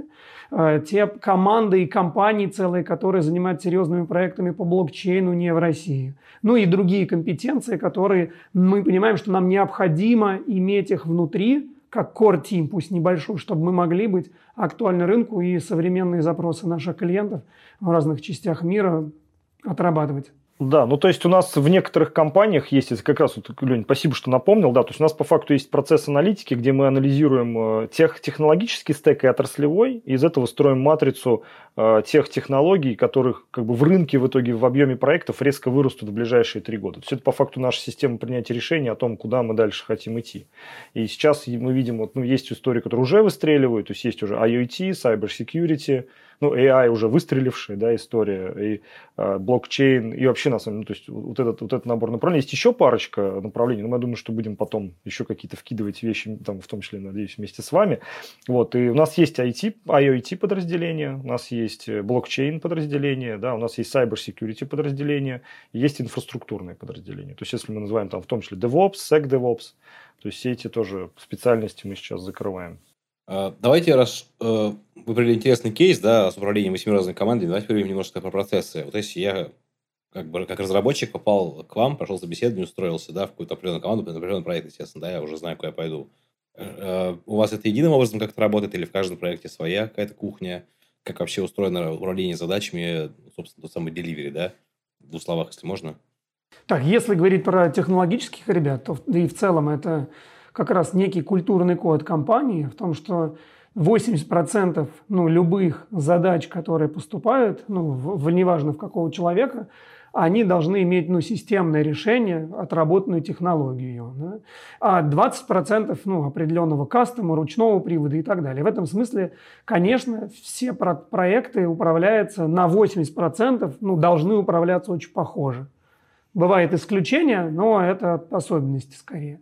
Те команды и компании целые, которые занимаются серьезными проектами по блокчейну не в России. Ну и другие компетенции, которые мы понимаем, что нам необходимо иметь их внутри, как core team, пусть небольшой, чтобы мы могли быть актуальны рынку и современные запросы наших клиентов в разных частях мира отрабатывать. Да, ну то есть у нас в некоторых компаниях есть, это как раз, вот, Лень, спасибо, что напомнил, да, то есть у нас по факту есть процесс аналитики, где мы анализируем технологический стек и отраслевой, и из этого строим матрицу тех технологий, которых как бы в рынке в итоге в объеме проектов резко вырастут в ближайшие 3 года. То есть это по факту наша система принятия решений о том, куда мы дальше хотим идти. И сейчас мы видим, вот, ну, есть истории, которые уже выстреливают, то есть есть уже IoT, Cyber Security, ну, AI уже выстрелившая, да, история, и блокчейн, и вообще, на самом деле, то есть вот этот набор направлений. Есть еще парочка направлений, но я думаю, что будем потом еще какие-то вкидывать вещи, там, в том числе, надеюсь, вместе с вами. Вот, и у нас есть IoT подразделение, у нас есть блокчейн подразделение, да, у нас есть Cyber Security подразделение, есть инфраструктурное подразделение. То есть, если мы называем там в том числе DevOps, SecDevOps, то есть все эти тоже специальности мы сейчас закрываем. Давайте, раз вы провели интересный кейс, да, с управлением 8 разными командами, давайте поговорим немножко про процессы. Вот если я как разработчик попал к вам, прошел собеседование, устроился, да, в какую-то определенную команду, на определенный проект, естественно, да, я уже знаю, куда я пойду. У вас это единым образом как-то работает или в каждом проекте своя какая-то кухня? Как вообще устроено управление задачами, собственно, тот самый delivery, да? В 2 словах, если можно. Так, если говорить про технологических ребят, то и в целом это как раз некий культурный код компании в том, что 80% любых задач, которые поступают, неважно в какого человека, они должны иметь системное решение, отработанную технологию. Да? А 20% определенного кастома, ручного привода и так далее. В этом смысле, конечно, все проекты управляются на 80%, должны управляться очень похоже. Бывают исключения, но это особенности скорее.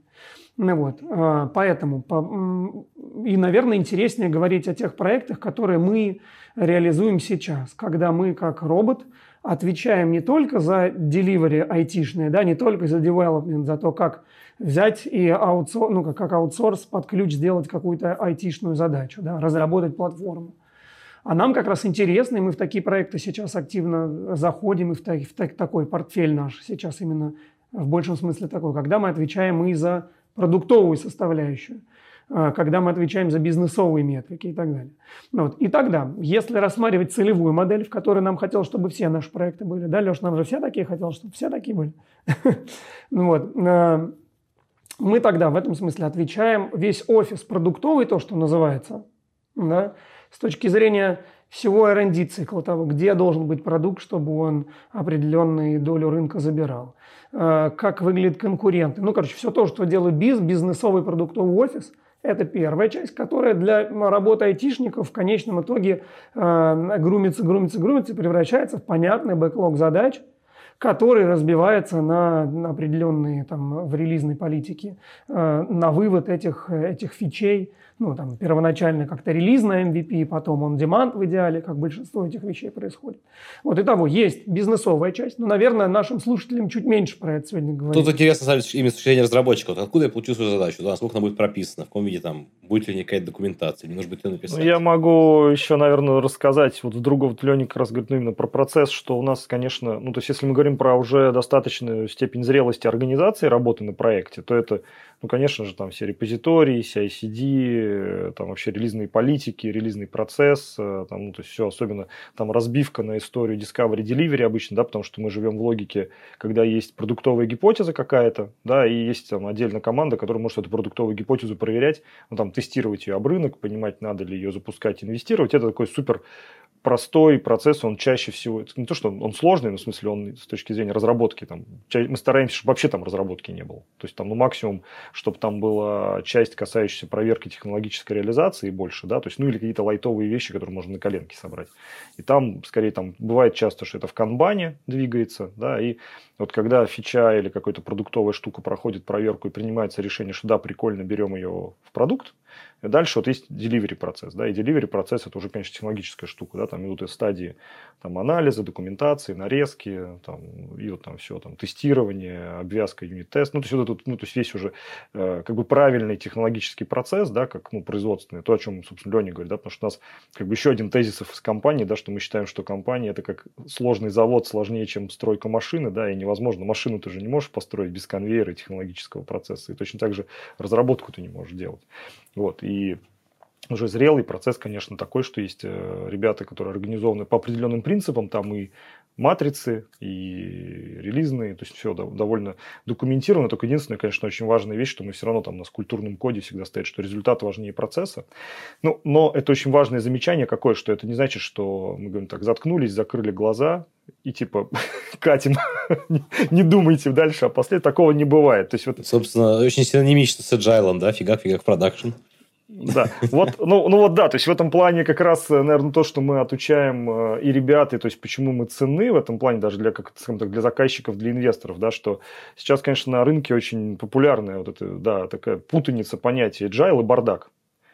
Поэтому, и, наверное, интереснее говорить о тех проектах, которые мы реализуем сейчас, когда мы, как робот, отвечаем не только за delivery айтишное, да, не только за development, за то, как взять и как аутсорс под ключ сделать какую-то айтишную задачу, да, разработать платформу. А нам как раз интересно, и мы в такие проекты сейчас активно заходим, и в такой портфель наш сейчас именно в большем смысле такой, когда мы отвечаем и за продуктовую составляющую, когда мы отвечаем за бизнесовые метрики и так далее. И тогда, если рассматривать целевую модель, в которой нам хотелось, чтобы все наши проекты были, да, Леш, нам же все такие хотелось, чтобы все такие были. Мы тогда в этом смысле отвечаем весь офис продуктовый, то, что называется, да, с точки зрения всего R&D цикла, того, где должен быть продукт, чтобы он определенную долю рынка забирал, как выглядят конкуренты. Все то, что делает бизнесовый продуктовый офис, это первая часть, которая для работы айтишников в конечном итоге грумится и превращается в понятный бэклог задач, который разбивается на определенные в релизной политике, на вывод этих фичей, первоначально как-то релизная MVP, потом on-demand в идеале, как большинство этих вещей происходит. Итого, есть бизнесовая часть, но, наверное, нашим слушателям чуть меньше про это сегодня говорить. Тут интересно, именно с точки зрения разработчика. Откуда я получу свою задачу? Насколько она будет прописана? В каком виде будет ли какая-то документация? Мне нужно будет ее написать? Я могу еще, наверное, рассказать. Леня как раз говорит именно про процесс, что у нас, конечно, то есть если мы говорим про уже достаточную степень зрелости организации работы на проекте, то это, конечно же, все репозитории, CI/CD, вообще релизные политики, релизный процесс, то есть все, особенно разбивка на историю Discovery Delivery обычно, да, потому что мы живем в логике, когда есть продуктовая гипотеза какая-то, да, и есть отдельно команда, которая может эту продуктовую гипотезу проверять, тестировать ее об рынок, понимать, надо ли ее запускать, инвестировать. Это такой супер простой процесс, он чаще всего, не то, что он сложный, но в смысле он с точки зрения разработки, мы стараемся, чтобы вообще разработки не было. То есть максимум, чтобы там была часть, касающаяся проверки технологической реализации и больше, да, то есть, или какие-то лайтовые вещи, которые можно на коленке собрать. И там, скорее, бывает часто, что это в канбане двигается, да, и когда фича или какая-то продуктовая штука проходит проверку и принимается решение, что да, прикольно, берем ее в продукт, и дальше есть delivery процесс, да, и delivery процесс это уже, конечно, технологическая штука, да, идут и стадии анализа, документации, нарезки, и все, тестирование, обвязка, юнит-тест, то есть весь уже правильный технологический процесс, да, как производственный, то, о чем, собственно, Леня говорит, да, потому что у нас еще один тезис из компании, да, что мы считаем, что компания это как сложный завод, сложнее, чем стройка машины, да, и невозможно, машину ты же не можешь построить без конвейера и технологического процесса, и точно так же разработку ты не можешь делать. И уже зрелый процесс, конечно, такой, что есть ребята, которые организованы по определенным принципам, там и матрицы, и релизные, то есть все довольно документировано, только единственное, конечно, очень важная вещь, что мы все равно у нас в культурном коде всегда стоит, что результат важнее процесса. Но это очень важное замечание какое, что это не значит, что мы говорим так, заткнулись, закрыли глаза и катим, не думайте дальше, а после такого не бывает. То есть, собственно, очень синонимично с agile, да, фигак продакшн. Да, да, то есть в этом плане как раз, наверное, то, что мы отучаем и ребят, и то есть почему мы ценны в этом плане даже для заказчиков, для инвесторов, да, что сейчас, конечно, на рынке очень популярная такая путаница понятий agile и бардак.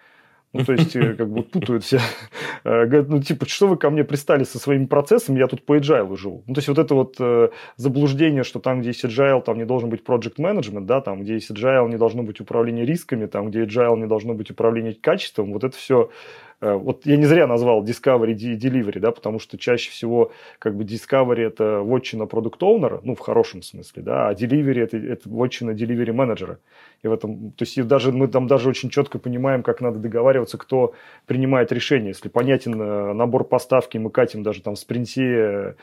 То есть, путают все. Говорят, что вы ко мне пристали со своими процессами, я тут по agile живу. То есть, это заблуждение, что там, где есть agile, там не должен быть project management, да, там, где есть agile, не должно быть управления рисками, там, где agile, не должно быть управления качеством. Это все... я не зря назвал Discovery и Delivery, да, потому что чаще всего Discovery – это вотчина продукт-оунера, в хорошем смысле, да, а Delivery – это вотчина Delivery менеджера. И в этом, то есть мы там даже очень четко понимаем, как надо договариваться, кто принимает решение. Если понятен набор поставки, мы катим даже в спринте,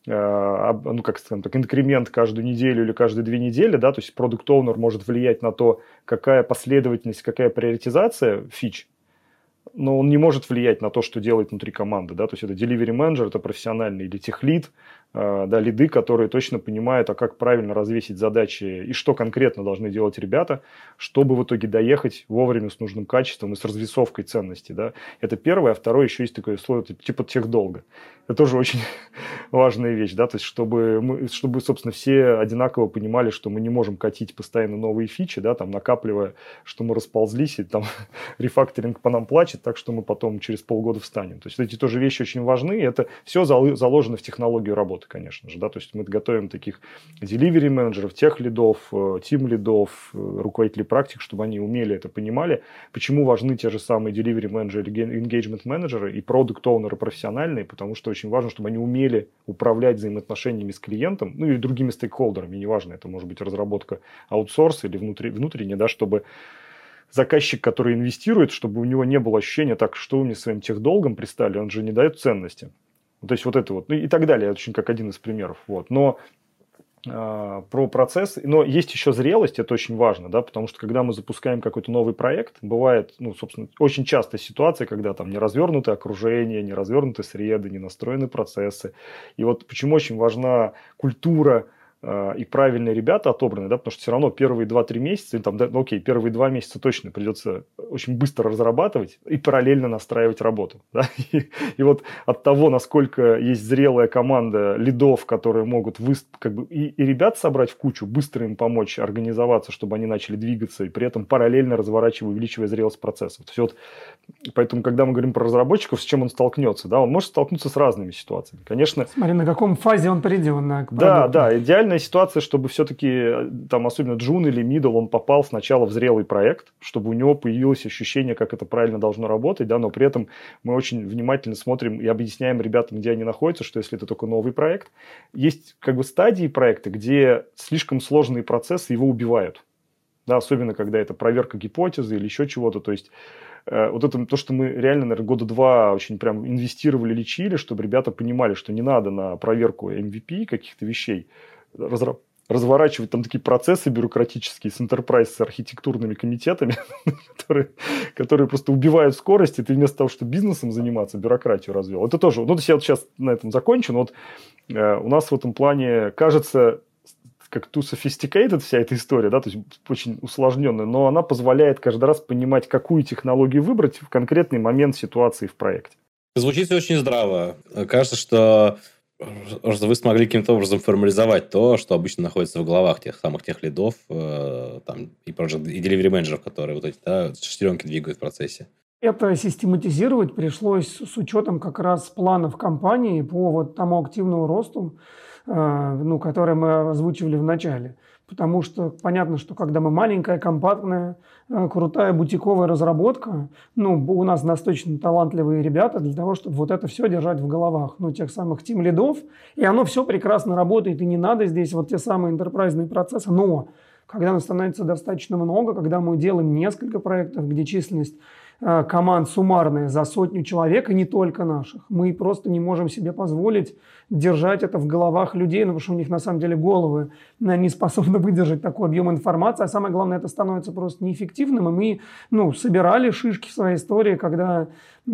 инкремент каждую неделю или каждые 2 недели, да, то есть продукт-оунер может влиять на то, какая последовательность, какая приоритизация фич, но он не может влиять на то, что делает внутри команды, да, то есть это delivery manager, это профессиональный или техлид, да, лиды, которые точно понимают, а как правильно развесить задачи и что конкретно должны делать ребята, чтобы в итоге доехать вовремя с нужным качеством и с развесовкой ценностей. Да. Это первое. А второе, еще есть такое слово типа техдолга. Это тоже очень важная вещь, да, то есть чтобы, собственно, все одинаково понимали, что мы не можем катить постоянно новые фичи, да, там, накапливая, что мы расползлись, и там рефакторинг по нам плачет, так что мы потом через полгода встанем. То есть эти тоже вещи очень важны, и это все заложено в технологию работы, конечно же, да, то есть мы готовим таких delivery менеджеров, тех лидов, тим лидов, руководителей практик, чтобы они умели это, понимали, почему важны те же самые delivery менеджеры, engagement менеджеры и product оунеры профессиональные, потому что очень важно, чтобы они умели управлять взаимоотношениями с клиентом, ну и другими стейкхолдерами, неважно, это может быть разработка аутсорса или внутренняя, да, чтобы заказчик, который инвестирует, чтобы у него не было ощущения, так, что вы мне своим техдолгом пристали, он же не дает ценности. То есть вот это вот, ну и так далее, это очень как один из примеров. Вот. Но про процесс, но есть еще зрелость, это очень важно, да, потому что когда мы запускаем какой-то новый проект, бывает, ну, собственно, очень частая ситуация, когда там не развернуто окружение, не развернуты среды, не настроены процессы. И вот почему очень важна культура и правильные ребята отобраны, да, потому что все равно первые 2-3 месяца, там, да, окей, первые 2 месяца точно придется очень быстро разрабатывать и параллельно настраивать работу. Да? И вот от того, насколько есть зрелая команда лидов, которые могут как бы и ребят собрать в кучу, быстро им помочь организоваться, чтобы они начали двигаться, и при этом параллельно разворачивая, увеличивая зрелость процессов. То есть вот, поэтому, когда мы говорим про разработчиков, с чем он столкнется, да, он может столкнуться с разными ситуациями. Конечно, смотри, на каком фазе он придет. Да, идеальная ситуация, чтобы все-таки, там, особенно джун или мидл, он попал сначала в зрелый проект, чтобы у него появилось ощущение, как это правильно должно работать, да, но при этом мы очень внимательно смотрим и объясняем ребятам, где они находятся, что если это только новый проект, есть как бы стадии проекта, где слишком сложные процессы его убивают, да, особенно когда это проверка гипотезы или еще чего-то, то есть вот это то, что мы реально, наверное, года 2 очень прям инвестировали, лечили, чтобы ребята понимали, что не надо на проверку MVP каких-то вещей разворачивать там такие процессы бюрократические с enterprise, с архитектурными комитетами, которые просто убивают скорость, и ты вместо того, чтобы бизнесом заниматься, бюрократию развел. Это тоже, ну, то есть я вот сейчас на этом закончу, но вот у нас в этом плане кажется как too sophisticated вся эта история, да, то есть очень усложненная, но она позволяет каждый раз понимать, какую технологию выбрать в конкретный момент ситуации в проекте. Звучит очень здраво. Кажется, что вы смогли каким-то образом формализовать то, что обычно находится в головах тех лидов там, и delivery менеджеров, которые вот эти, да, шестеренки двигают в процессе. Это систематизировать пришлось с учетом как раз планов компании по вот тому активному росту, ну, который мы озвучивали в начале. Потому что понятно, что когда мы маленькая, компактная, крутая бутиковая разработка, ну, у нас достаточно талантливые ребята для того, чтобы вот это все держать в головах, ну, тех самых тим-лидов, и оно все прекрасно работает, и не надо здесь вот те самые энтерпрайзные процессы, но когда нас становится достаточно много, когда мы делаем несколько проектов, где численность команд суммарная за 100 человек, и не только наших. Мы просто не можем себе позволить держать это в головах людей, ну, потому что у них на самом деле головы не способны выдержать такой объем информации, а самое главное, это становится просто неэффективным, и мы, ну, собирали шишки в своей истории, когда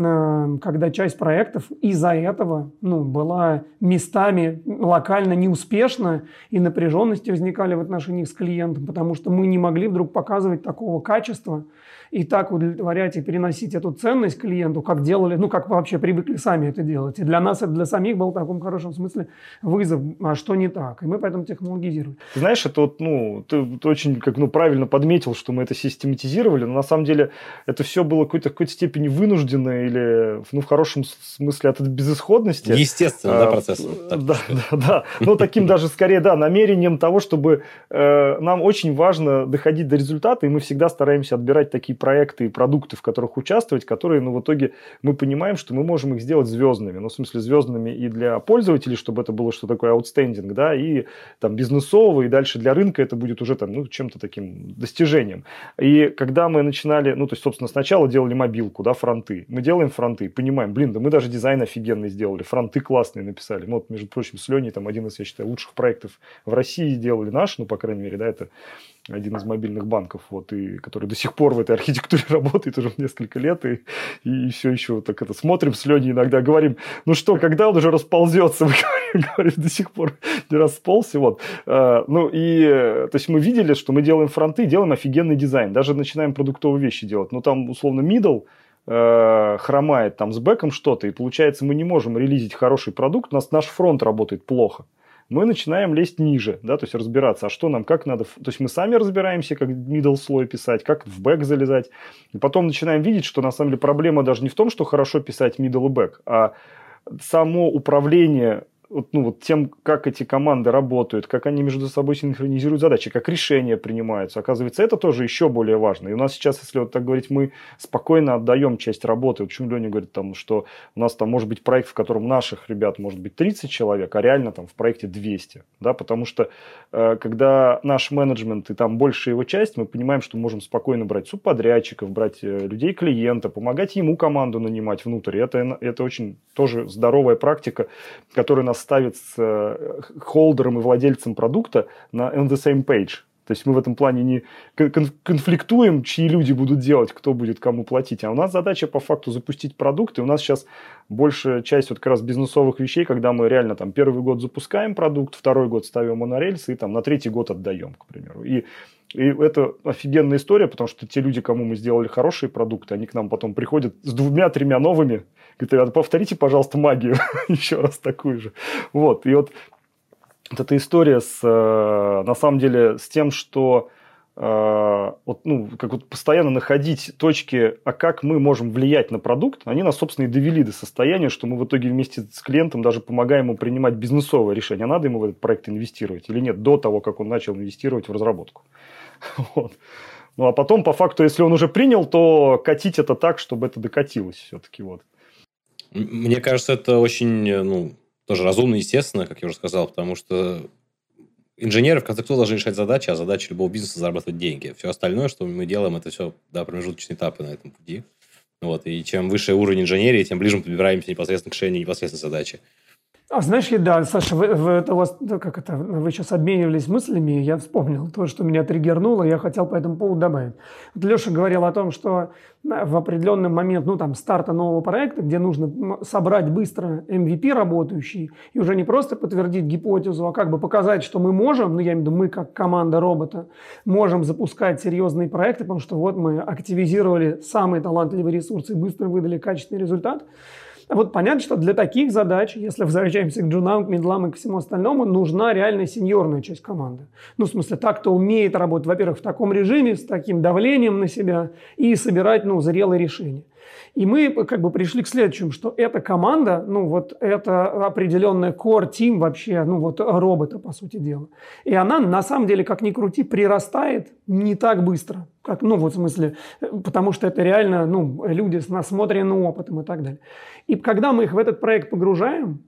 часть проектов из-за этого, ну, была местами локально неуспешна, и напряженности возникали в отношениях с клиентом, потому что мы не могли вдруг показывать такого качества и так удовлетворять и переносить эту ценность клиенту, как делали, ну, как вообще привыкли сами это делать. И для нас это для самих был в таком хорошем смысле вызов, а что не так. И мы поэтому технологизировали. Ты знаешь, это вот, ну, ты очень как, ну, правильно подметил, что мы это систематизировали, но на самом деле это все было в какой-то степени вынужденное или, ну, в хорошем смысле от безысходности. Естественно, да, процесс. Да. Ну, таким даже скорее, да, намерением того, чтобы нам очень важно доходить до результата, и мы всегда стараемся отбирать такие проекты и продукты, в которых участвовать, которые, ну, в итоге мы понимаем, что мы можем их сделать звездными. Ну, в смысле, звездными и для пользователей, чтобы это было что такое outstanding, да, и там бизнесово, и дальше для рынка это будет уже там, ну, чем-то таким достижением. И когда мы начинали, ну, то есть, собственно, сначала делали мобилку, да, фронты. Мы делаем фронты, понимаем, блин, да мы даже дизайн офигенный сделали, фронты классные написали. Мы вот, между прочим, с Леней там один из, я считаю, лучших проектов в России делали наш, ну, по крайней мере, да, это один из мобильных банков, вот, и который до сих пор в этой архитектуре работает уже несколько лет, и все еще так это смотрим с Леней иногда, говорим, ну что, когда он уже расползется? Мы говорим, до сих пор не расползся. Вот. Ну и, то есть мы видели, что мы делаем фронты, делаем офигенный дизайн, даже начинаем продуктовые вещи делать. Ну там, условно, middle хромает там с бэком что-то, и получается, мы не можем релизить хороший продукт, у нас наш фронт работает плохо. Мы начинаем лезть ниже, да, то есть разбираться, а что нам, как надо. То есть мы сами разбираемся, как middle слой писать, как в бэк залезать. И потом начинаем видеть, что на самом деле проблема даже не в том, что хорошо писать middle и бэк, а само управление тем, как эти команды работают, как они между собой синхронизируют задачи, как решения принимаются. Оказывается, это тоже еще более важно. И у нас сейчас, если вот так говорить, мы спокойно отдаем часть работы. Почему Леня говорит, там, что у нас там может быть проект, в котором наших ребят может быть 30 человек, а реально там в проекте 200. Да? Потому что когда наш менеджмент и там большая его часть, мы понимаем, что мы можем спокойно брать субподрядчиков, брать людей клиента, помогать ему команду нанимать внутрь. Это очень тоже здоровая практика, которая нас ставит с холдером и владельцем продукта на on the same page. То есть мы в этом плане не конфликтуем, чьи люди будут делать, кто будет кому платить. А у нас задача по факту запустить продукт. И у нас сейчас большая часть вот как раз бизнесовых вещей, когда мы реально там первый год запускаем продукт, второй год ставим его на рельсы и там на третий год отдаем, к примеру. И это офигенная история, потому что те люди, кому мы сделали хорошие продукты, они к нам потом приходят с 2-3 новыми. Говорят, ребята, повторите, пожалуйста, магию еще раз такую же. Вот. И вот эта история на самом деле с тем, что постоянно находить точки, а как мы можем влиять на продукт, они нас, собственно, и довели до состояния, что мы в итоге вместе с клиентом даже помогаем ему принимать бизнесовое решение, надо ему в этот проект инвестировать или нет, до того, как он начал инвестировать в разработку. Вот. Ну, а потом, по факту, если он уже принял, то катить это так, чтобы это докатилось все-таки. Вот. Мне кажется, это очень, тоже разумно и естественно, как я уже сказал, потому что инженеры, в конце концов, должны решать задачи, а задача любого бизнеса – зарабатывать деньги. Все остальное, что мы делаем, это все промежуточные этапы на этом пути. Вот. И чем выше уровень инженерии, тем ближе мы подбираемся непосредственно к решению непосредственной задачи. А знаешь, да, Саша, вы сейчас обменивались мыслями, я вспомнил то, что меня триггернуло, я хотел по этому поводу добавить. Вот Леша говорил о том, что в определенный момент, старта нового проекта, где нужно собрать быстро MVP работающий и уже не просто подтвердить гипотезу, а как бы показать, что мы можем, я имею в виду мы как команда робота, можем запускать серьезные проекты, потому что вот мы активизировали самые талантливые ресурсы и быстро выдали качественный результат. Вот понятно, что для таких задач, если возвращаемся к джунам, к мидлам и к всему остальному, нужна реально сеньорная часть команды. В смысле, так, кто умеет работать, во-первых, в таком режиме, с таким давлением на себя и собирать, зрелые решения. И мы пришли к следующему, что эта команда, это определенная core-team вообще, робота, по сути дела. И она, на самом деле, как ни крути, прирастает не так быстро, как, в смысле, потому что это реально, люди с насмотренным опытом и так далее. И когда мы их в этот проект погружаем,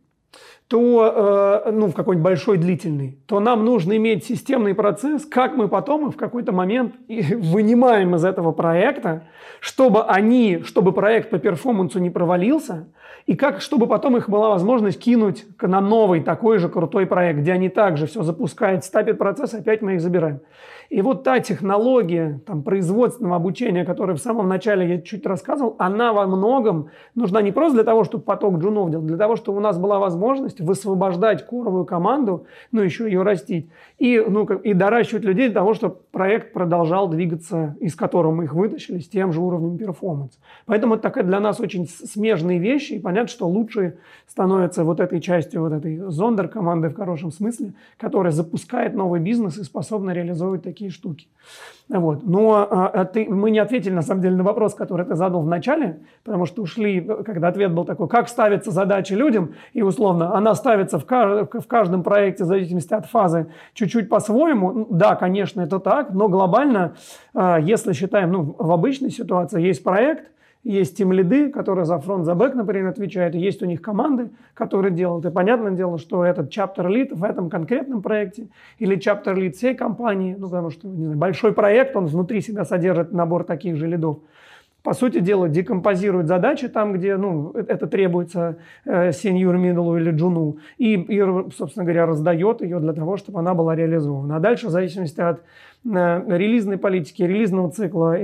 то, в какой-нибудь большой длительный, то нам нужно иметь системный процесс, как мы потом в какой-то момент вынимаем из этого проекта, чтобы проект по перформансу не провалился, и чтобы потом их была возможность кинуть на новый такой же крутой проект, где они также все запускают, стапят процесс, опять мы их забираем. И вот та технология производственного обучения, которую в самом начале я чуть рассказывал, она во многом нужна не просто для того, чтобы поток джунов делать, для того, чтобы у нас была возможность высвобождать коровую команду, еще ее растить, и доращивать людей для того, чтобы проект продолжал двигаться, из которого мы их вытащили, с тем же уровнем перформанса. Поэтому это такая для нас очень смежные вещи, и понятно, что лучше становится вот этой частью, вот этой зондер-команды в хорошем смысле, которая запускает новый бизнес и способна реализовывать такие штуки. Вот. Но мы не ответили, на самом деле, на вопрос, который ты задал в начале, потому что ушли, когда ответ был такой, как ставится задача людям, и условно она ставится в каждом проекте в зависимости от фазы чуть-чуть по-своему. Да, конечно, это так, но глобально, если считаем, в обычной ситуации есть проект, есть тимлиды, которые за фронт, за бэк, например, отвечают, и есть у них команды, которые делают. И понятное дело, что этот chapter lead в этом конкретном проекте или chapter lead всей компании, потому что большой проект, он внутри себя содержит набор таких же лидов, по сути дела, декомпозирует задачи там, где это требуется senior, middle или джуну, и, собственно говоря, раздает ее для того, чтобы она была реализована. А дальше, в зависимости от релизной политики, релизного цикла,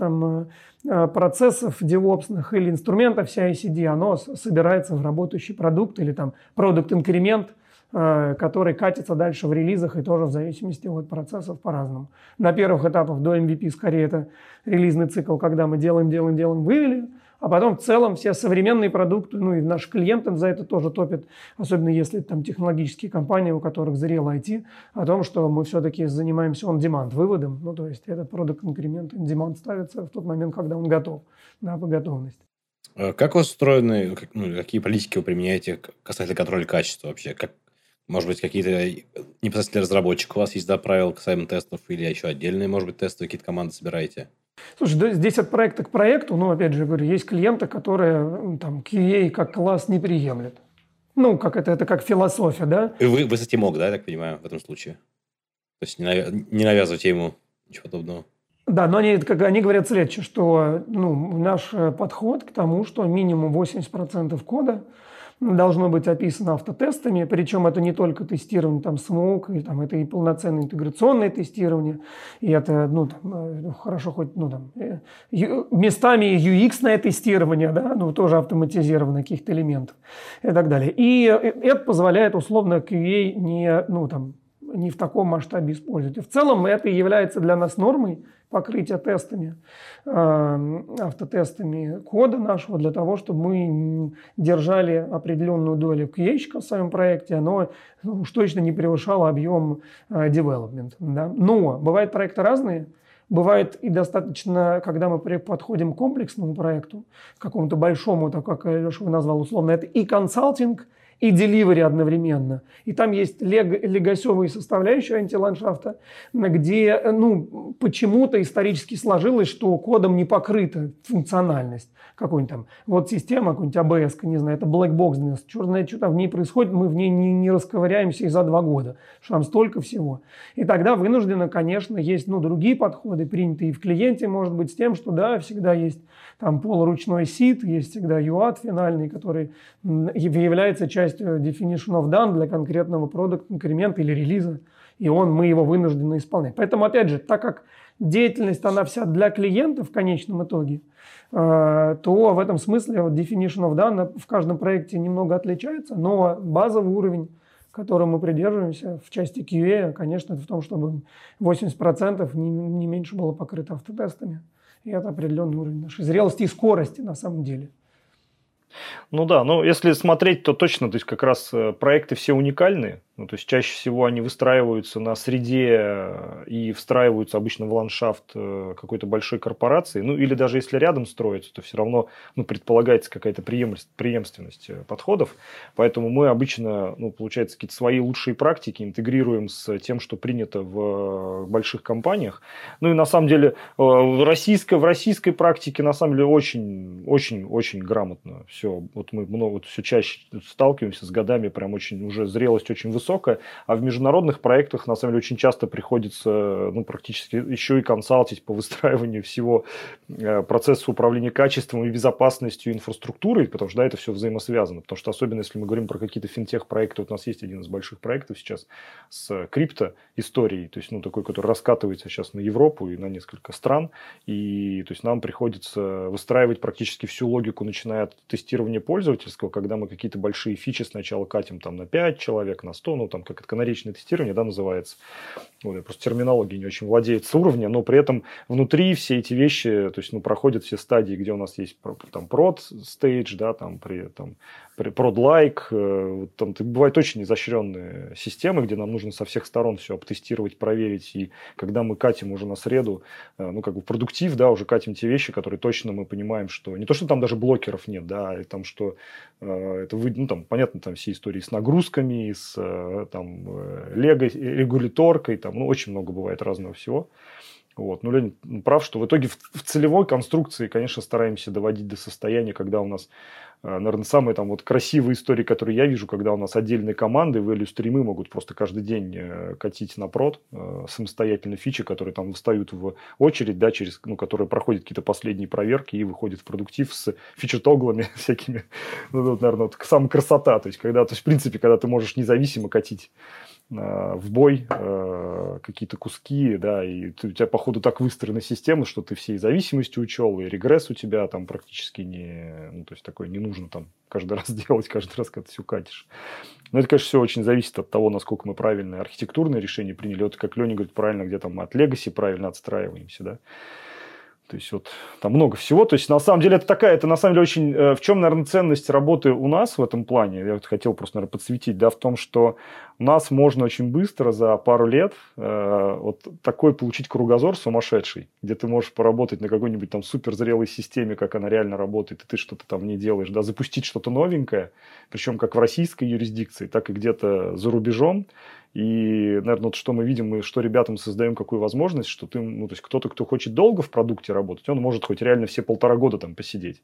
процессов девопсных или инструментов CI/CD, оно собирается в работающий продукт или там продукт-инкремент, который катится дальше в релизах и тоже в зависимости от процессов по-разному. На первых этапах до MVP скорее это релизный цикл, когда мы делаем, вывели, а потом в целом все современные продукты, и наши клиенты за это тоже топят, особенно если там технологические компании, у которых зрело IT, о том, что мы все-таки занимаемся on-demand выводом, то есть этот продукт-инкремент on-demand ставится в тот момент, когда он готов, по готовности. Как у вас устроены, какие политики вы применяете касательно контроля качества вообще? Может быть, какие-то непосредственно разработчики у вас есть, правила касаемо тестов, или еще отдельные, может быть, тесты, какие-то команды собираете? Слушай, здесь от проекта к проекту, опять же говорю, есть клиенты, которые там QA как класс не приемлет. Как это как философия, да? И вы с этим я так понимаю, в этом случае? То есть не навязывайте ему ничего подобного? Да, но они говорят следующее, что наш подход к тому, что минимум 80% кода должно быть описано автотестами, причем это не только тестирование смоук, это и полноценное интеграционное тестирование, и это, хорошо хоть, местами UX-ное тестирование, тоже автоматизировано каких-то элементов и так далее. И это позволяет условно QA не в таком масштабе использовать. И в целом это является для нас нормой покрытия тестами, автотестами кода нашего, для того, чтобы мы держали определенную долю QA-щика в своем проекте, но уж точно не превышало объем development. Да? Но бывают проекты разные. Бывает и достаточно, когда мы подходим к комплексному проекту, к какому-то большому, так как Леша назвал условно, это и консалтинг, и delivery одновременно. И там есть легасевые составляющие антиландшафта, где почему-то исторически сложилось, что кодом не покрыта функциональность. Какой-нибудь система, какой-нибудь ABS, не знаю, это black box, черт знает, что там в ней происходит, мы в ней не расковыряемся и за 2 года, что там столько всего. И тогда вынуждены, конечно, есть другие подходы, принятые и в клиенте, может быть, с тем, что всегда есть полуручной сид, есть всегда UAT финальный, который является частью definition of done для конкретного продукт-инкремента или релиза, и мы его вынуждены исполнять. Поэтому, опять же, так как деятельность, она вся для клиента в конечном итоге, то в этом смысле definition of done в каждом проекте немного отличается, но базовый уровень, которым мы придерживаемся в части QA, конечно, это в том, чтобы 80% не меньше было покрыто автотестами. И это определенный уровень нашей зрелости и скорости на самом деле. Если смотреть, то точно, то есть как раз проекты все уникальные, то есть чаще всего они выстраиваются на среде и встраиваются обычно в ландшафт какой-то большой корпорации, или даже если рядом строятся, то все равно предполагается какая-то преемственность подходов, поэтому мы обычно, получается, какие-то свои лучшие практики интегрируем с тем, что принято в больших компаниях. И на самом деле в российской практике на самом деле очень грамотно все. Мы все чаще сталкиваемся с годами, прям уже зрелость очень высокая, а в международных проектах на самом деле очень часто приходится практически еще и консалтить по выстраиванию всего процесса управления качеством и безопасностью инфраструктуры, потому что это все взаимосвязано, потому что особенно если мы говорим про какие-то финтех-проекты, у нас есть один из больших проектов сейчас с крипто-историей, то есть такой, который раскатывается сейчас на Европу и на несколько стран, и то есть нам приходится выстраивать практически всю логику, начиная от тестирования пользовательского, когда мы какие-то большие фичи сначала катим на 5 человек, на 100, как это канаречное тестирование, называется. Я просто терминологией не очень владеет с уровня, но при этом внутри все эти вещи, то есть, проходят все стадии, где у нас есть prod stage, prod-like, бывают очень изощренные системы, где нам нужно со всех сторон все обтестировать, проверить, и когда мы катим уже на среду, в продуктив, уже катим те вещи, которые точно мы понимаем, что не то, что там даже блокеров нет, и что это понятно, все истории с нагрузками, с регуляторкой, очень много бывает разного всего. Вот. Ну, Леня прав, что в итоге в целевой конструкции, конечно, стараемся доводить до состояния, когда у нас, наверное, самые там вот красивые истории, которые я вижу, когда у нас отдельные команды, value-стримы могут просто каждый день катить на прод самостоятельно фичи, которые там встают в очередь, да, через, ну, которые проходят какие-то последние проверки и выходят в продуктив с фичер-тоглами всякими. Ну, вот, наверное, вот самая красота. То есть, в принципе, когда ты можешь независимо катить в бой какие-то куски, да, и у тебя, походу, так выстроена система, что ты все и зависимости учел, и регресс у тебя там практически не... Ну, то есть, такое не нужно там каждый раз делать, каждый раз, когда ты все катишь. Но это, конечно, все очень зависит от того, насколько мы правильное архитектурное решение приняли. Вот, как Леня говорит, правильно, где там от Legacy правильно отстраиваемся, да. То есть, вот там много всего. То есть, на самом деле, это на самом деле очень... В чем, наверное, ценность работы у нас в этом плане? Я вот хотел просто, наверное, подсветить, да, в том, что у нас можно очень быстро за пару лет вот такой получить кругозор сумасшедший, где ты можешь поработать на какой-нибудь там суперзрелой системе, как она реально работает, и ты что-то там не делаешь, да, запустить что-то новенькое, причем как в российской юрисдикции, так и где-то за рубежом. И, наверное, вот что мы видим, и что ребятам создаем, какую возможность, что ты, ну, то есть кто-то, кто хочет долго в продукте работать, он может хоть реально все 1,5 года там посидеть.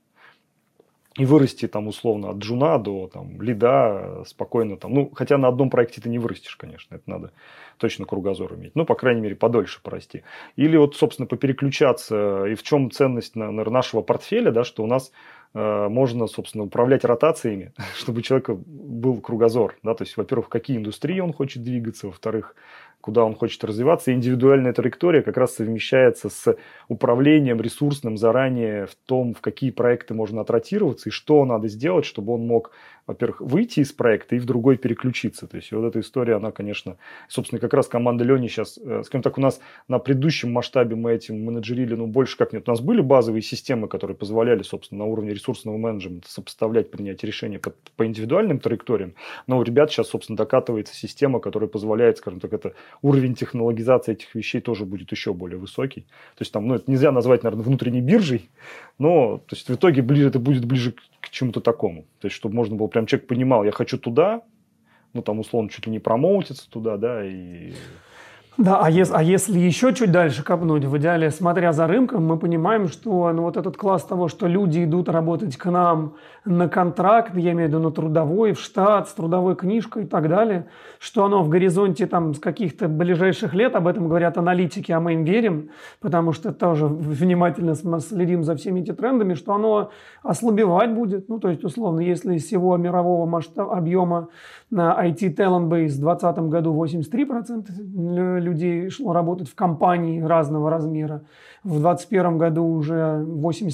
И вырасти там условно от джуна до там лида спокойно там. Ну, хотя на одном проекте ты не вырастешь, конечно, это надо точно кругозор иметь. Ну, по крайней мере, подольше порасти. Или вот, собственно, попереключаться. И в чем ценность нашего портфеля, да, что у нас можно, собственно, управлять ротациями, чтобы у человека был кругозор. Да? То есть, во-первых, в какие индустрии он хочет двигаться, во-вторых, куда он хочет развиваться. И индивидуальная траектория как раз совмещается с управлением ресурсным заранее в том, в какие проекты можно отротироваться и что надо сделать, чтобы он мог, во-первых, выйти из проекта и в другой переключиться. То есть, вот эта история, она, конечно, собственно, как раз команда Лени сейчас, скажем так, у нас на предыдущем масштабе мы этим менеджерили, ну, больше как нет. У нас были базовые системы, которые позволяли, собственно, на уровне ресурсного менеджмента сопоставлять, принять решения по индивидуальным траекториям. Но у ребят сейчас, собственно, докатывается система, которая позволяет, скажем так, уровень технологизации этих вещей тоже будет еще более высокий. То есть, там, ну, это нельзя назвать, наверное, внутренней биржей, но то есть, в итоге это будет ближе к чему-то такому. То есть, чтобы можно было, прям человек понимал, я хочу туда, ну, там, условно, чуть ли не промоутиться туда, да, и... Да, а если еще чуть дальше копнуть, в идеале, смотря за рынком, мы понимаем, что ну, вот этот класс того, что люди идут работать к нам на контракт, я имею в виду на трудовой, в штат, с трудовой книжкой и так далее, что оно в горизонте там с каких-то ближайших лет, об этом говорят аналитики, а мы им верим, потому что тоже внимательно следим за всеми этими трендами, что оно ослабевать будет. Ну, то есть, условно, если из всего мирового масштаба, объема на IT Talent Base в 2020 году 83% людей шло работать в компании разного размера, в 2021 году уже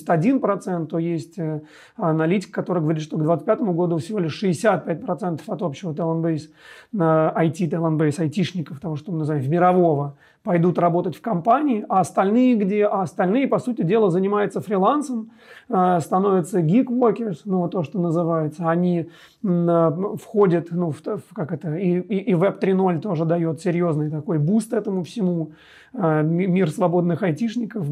81%, то есть аналитик, который говорит, что к 2025 году всего лишь 65% от общего Talent Base на IT Talent Base, айтишников, того, что мы называем, мирового, пойдут работать в компании, а остальные где? А остальные, по сути дела, занимаются фрилансом, становятся gig-workers, ну, вот то, что называется. Они входят, ну, как это, и Web 3.0 тоже дает серьезный такой буст этому всему. Мир свободных айтишников,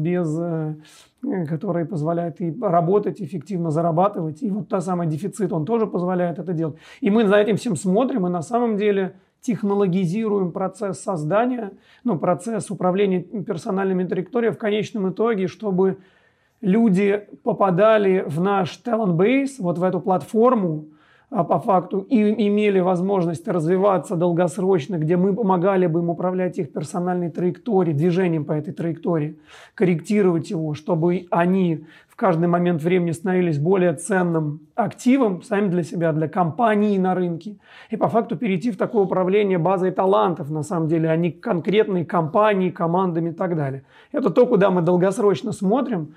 который позволяет и работать, эффективно зарабатывать. И вот тот самый дефицит, он тоже позволяет это делать. И мы за этим всем смотрим, и на самом деле технологизируем процесс создания, ну, процесс управления персональными траекториями в конечном итоге, чтобы люди попадали в наш Talent Base, вот в эту платформу, по факту, и имели возможность развиваться долгосрочно, где мы помогали бы им управлять их персональной траекторией, движением по этой траектории, корректировать его, чтобы они в каждый момент времени становились более ценным активом сами для себя, для компании на рынке. И по факту перейти в такое управление базой талантов, на самом деле, а не конкретные компании, командами и так далее. Это то, куда мы долгосрочно смотрим.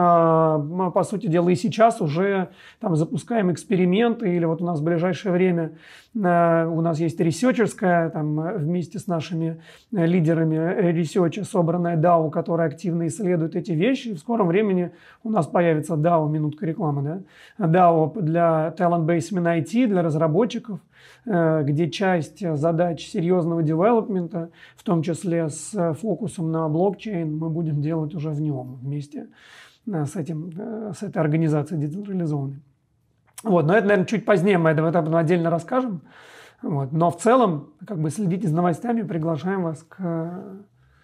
Мы, по сути дела, и сейчас уже там запускаем эксперименты, или вот у нас в ближайшее время у нас есть ресерчерская, там вместе с нашими лидерами ресерча собранная DAO, которая активно исследует эти вещи, и в скором времени у нас появится DAO, минутка рекламы, да? DAO для Talent Base именно IT, для разработчиков, где часть задач серьезного девелопмента, в том числе с фокусом на блокчейн, мы будем делать уже в нем вместе с этой организацией децентрализованной. Вот, но это, наверное, чуть позднее мы об этом отдельно расскажем. Вот. Но в целом, как бы следите за новостями, приглашаем вас к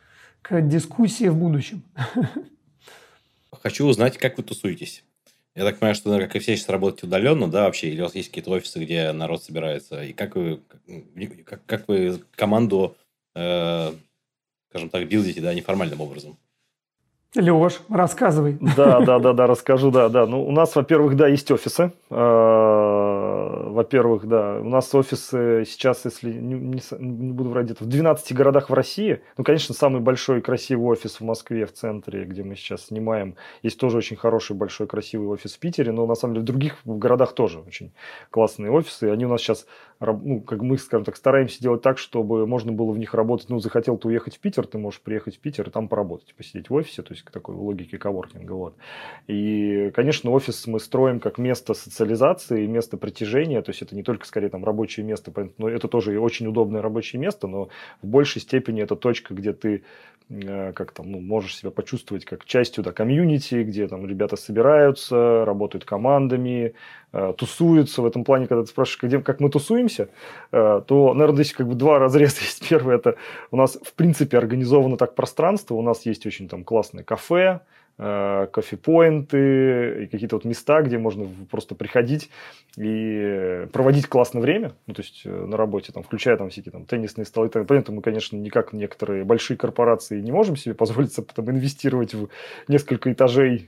к дискуссии в будущем. Хочу узнать, как вы тусуетесь. Я так понимаю, что, наверное, как и все, сейчас работаете удаленно, да, вообще? Или у вас есть какие-то офисы, где народ собирается? И как вы команду, скажем так, билдите, да, неформальным образом? Леш, рассказывай. Да, расскажу, да. Ну, у нас, во-первых, да, есть офисы. Во-первых, да, у нас офисы сейчас, если не буду врать, где-то в 12 городах в России. Ну, конечно, самый большой и красивый офис в Москве, в центре, где мы сейчас снимаем. Есть тоже очень хороший, большой, красивый офис в Питере, но на самом деле в других городах тоже очень классные офисы. Они у нас сейчас, ну, как мы, скажем так, стараемся делать так, чтобы можно было в них работать. Ну, захотел ты уехать в Питер, ты можешь приехать в Питер и там поработать, посидеть в офисе, то есть такой логике коворкинга. Вот. И, конечно, офис мы строим как место социализации, место притяжения, то есть это не только скорее там рабочее место, но это тоже и очень удобное рабочее место, но в большей степени это точка, где ты как там, ну, можешь себя почувствовать как частью, да, комьюнити, где там ребята собираются, работают командами, тусуются. В этом плане, когда ты спрашиваешь, как мы тусуемся, то, наверное, здесь как бы два разреза есть. Первый – это у нас, в принципе, организовано так пространство, у нас есть очень там классное кафе, кофе-поинты и какие-то вот места, где можно просто приходить и проводить классное время, ну, то есть на работе, там, включая там всякие там теннисные столы. Понятно, мы, конечно, никак некоторые большие корпорации не можем себе позволить там, инвестировать в несколько этажей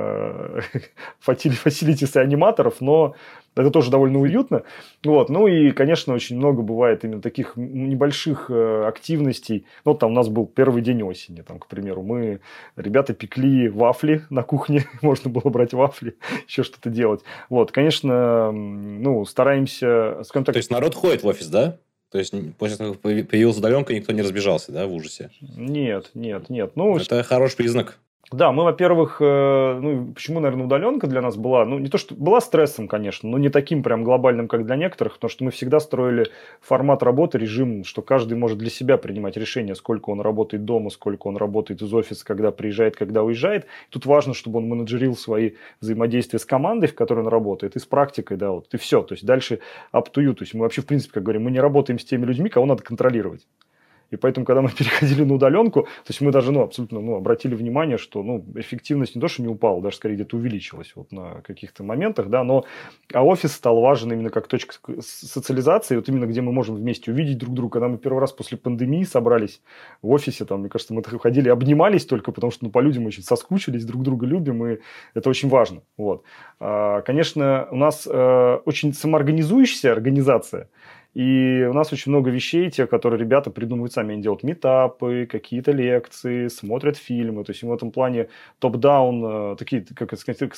фасилитисы аниматоров, но это тоже довольно уютно. Вот. Ну и, конечно, очень много бывает именно таких небольших активностей. Ну, вот там у нас был первый день осени, там, к примеру. Ребята пекли вафли на кухне, можно было брать вафли, еще что-то делать. Вот, конечно, ну, стараемся, скажем так... То есть народ ходит в офис, да? То есть после того, как появилась удаленка, никто не разбежался, да, в ужасе? Нет. Ну, это хороший признак. Да, мы, во-первых, ну, почему, наверное, удаленка для нас была, ну, не то, что была стрессом, конечно, но не таким прям глобальным, как для некоторых, потому что мы всегда строили формат работы, режим, что каждый может для себя принимать решение, сколько он работает дома, сколько он работает из офиса, когда приезжает, когда уезжает. Тут важно, чтобы он менеджерил свои взаимодействия с командой, в которой он работает, и с практикой, да, вот, и все. То есть дальше up to you. То есть мы вообще, в принципе, как говорим, мы не работаем с теми людьми, кого надо контролировать. И поэтому, когда мы переходили на удаленку, то есть мы даже абсолютно обратили внимание, что эффективность не то, что не упала, даже скорее где-то увеличилась вот на каких-то моментах, да, а офис стал важен именно как точка социализации, вот именно где мы можем вместе увидеть друг друга. Когда мы первый раз после пандемии собрались в офисе, там, мне кажется, мы ходили, обнимались только, потому что по людям очень соскучились, друг друга любим, и это очень важно. Вот. Конечно, у нас очень самоорганизующаяся организация. И у нас очень много вещей, те, которые ребята придумывают сами. Они делают митапы, какие-то лекции, смотрят фильмы. То есть в этом плане топ-даун, такие, как сказать,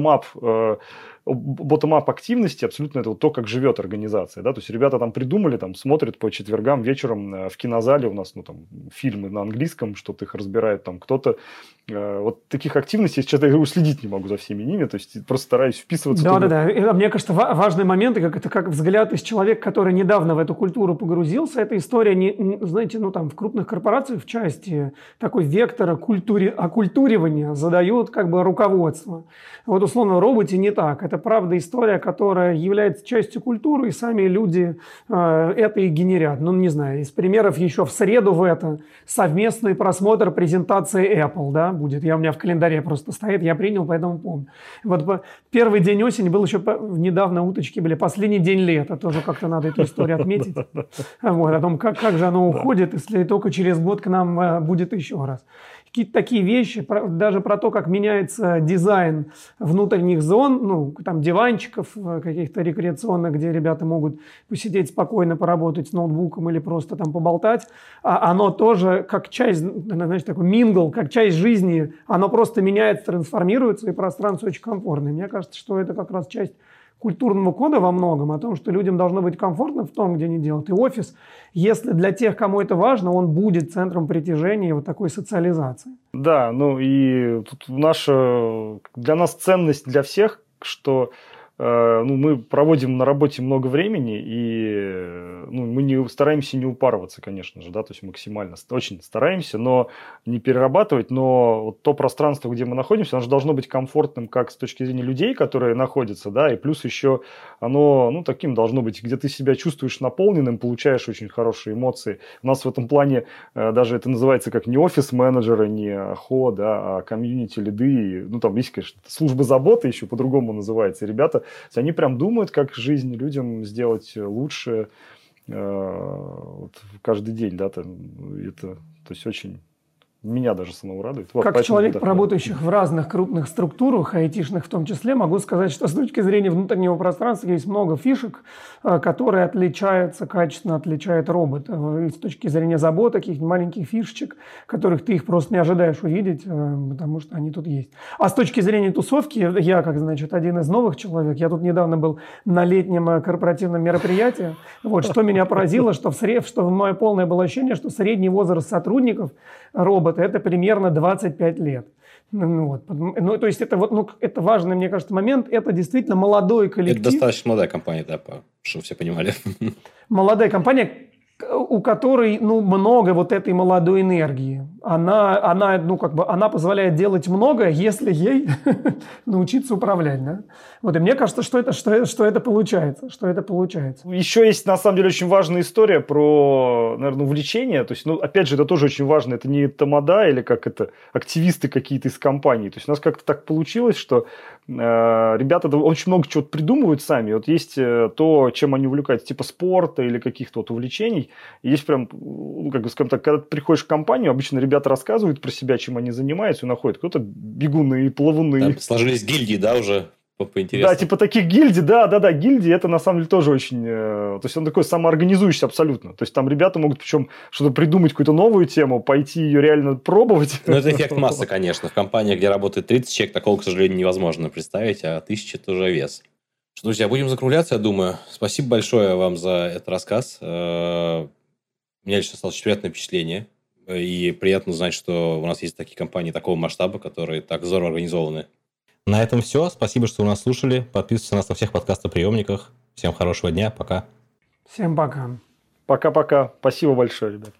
ботом-ап активности, абсолютно это вот то, как живет организация. Да? То есть ребята там придумали, там смотрят по четвергам вечером в кинозале у нас фильмы на английском, что-то их разбирает там кто-то. Вот таких активностей, я сейчас уследить не могу за всеми ними, то есть просто стараюсь вписываться. Да. И, мне кажется, важные моменты, как взгляд из человека, который недавно в эту культуру погрузился. Эта история, знаете, в крупных корпорациях в части такой вектора окультуривания задают как бы руководство. Вот условно в роботе не так. Это правда история, которая является частью культуры, и сами люди это и генерят. Ну, не знаю, из примеров еще в среду совместный просмотр презентации Apple, да, будет. У меня в календаре просто стоит, я принял, поэтому помню. Вот первый день осени был еще, недавно уточки были, последний день лета, тоже как-то надо эту историю отметить. Вот, о том, как же оно уходит, если только через год к нам будет еще раз. Какие-то такие вещи, даже про то, как меняется дизайн внутренних зон, там диванчиков каких-то рекреационных, где ребята могут посидеть спокойно, поработать с ноутбуком или просто там поболтать. Оно тоже как часть, значит, такой мингл, как часть жизни, оно просто меняется, трансформируется, и пространство очень комфортное. Мне кажется, что это как раз часть культурного кода во многом, о том, что людям должно быть комфортно в том, где они делают. И офис, если для тех, кому это важно, он будет центром притяжения вот такой социализации. Да, и тут для нас ценность для всех, что мы проводим на работе много времени, и мы стараемся не упарываться, конечно же, да, то есть максимально очень стараемся, но не перерабатывать, но вот то пространство, где мы находимся, оно же должно быть комфортным как с точки зрения людей, которые находятся, да, и плюс еще оно, таким должно быть, где ты себя чувствуешь наполненным, получаешь очень хорошие эмоции. У нас в этом плане даже это называется как не офис-менеджеры, не АХО, да, а комьюнити-лиды, там есть, конечно, служба заботы еще по-другому называется, ребята, они прям думают, как жизнь людям сделать лучше каждый день, да, то есть очень меня даже самого радует. Как поэтому, человек, работающий в разных крупных структурах, айтишных в том числе, могу сказать, что с точки зрения внутреннего пространства есть много фишек, которые качественно отличает робот. И с точки зрения заботы, каких-то маленьких фишечек, которых ты их просто не ожидаешь увидеть, потому что они тут есть. А с точки зрения тусовки, я, как, один из новых человек, я тут недавно был на летнем корпоративном мероприятии, что меня поразило, что мое полное было ощущение, что средний возраст сотрудников робота это примерно 25 лет. То есть это важный, мне кажется, момент. Это действительно молодой коллектив. Это достаточно молодая компания, да, чтобы все понимали. Молодая компания, у которой много вот этой молодой энергии. Она позволяет делать многое, если ей научиться управлять. Да? И мне кажется, что это получается. Еще есть, на самом деле, очень важная история про, наверное, увлечение. То есть, опять же, это тоже очень важно. Это не тамада или активисты какие-то из компаний. То есть, у нас как-то так получилось, что ребята очень много чего придумывают сами. Вот есть то, чем они увлекаются, типа спорта или каких-то увлечений. И есть прям, скажем так, когда ты приходишь в компанию, обычно ребята рассказывают про себя, чем они занимаются, и находят кто-то бегуны, плавуны. Там сложились гильдии, да, уже? Поинтереснее. Да, типа таких гильдий, да, гильдии, это на самом деле тоже очень, то есть он такой самоорганизующийся абсолютно, то есть там ребята могут причем что-то придумать, какую-то новую тему, пойти ее реально пробовать. Это эффект массы, конечно, в компаниях, где работает 30 человек, такого, к сожалению, невозможно представить, а 1000 – это уже вес. Что, друзья, будем закругляться, я думаю. Спасибо большое вам за этот рассказ. У меня лично стало очень приятное впечатление, и приятно знать, что у нас есть такие компании такого масштаба, которые так здорово организованы. На этом все. Спасибо, что вы нас слушали. Подписывайтесь на нас на всех подкастоприемниках. Всем хорошего дня. Пока. Всем пока. Пока-пока. Спасибо большое, ребят.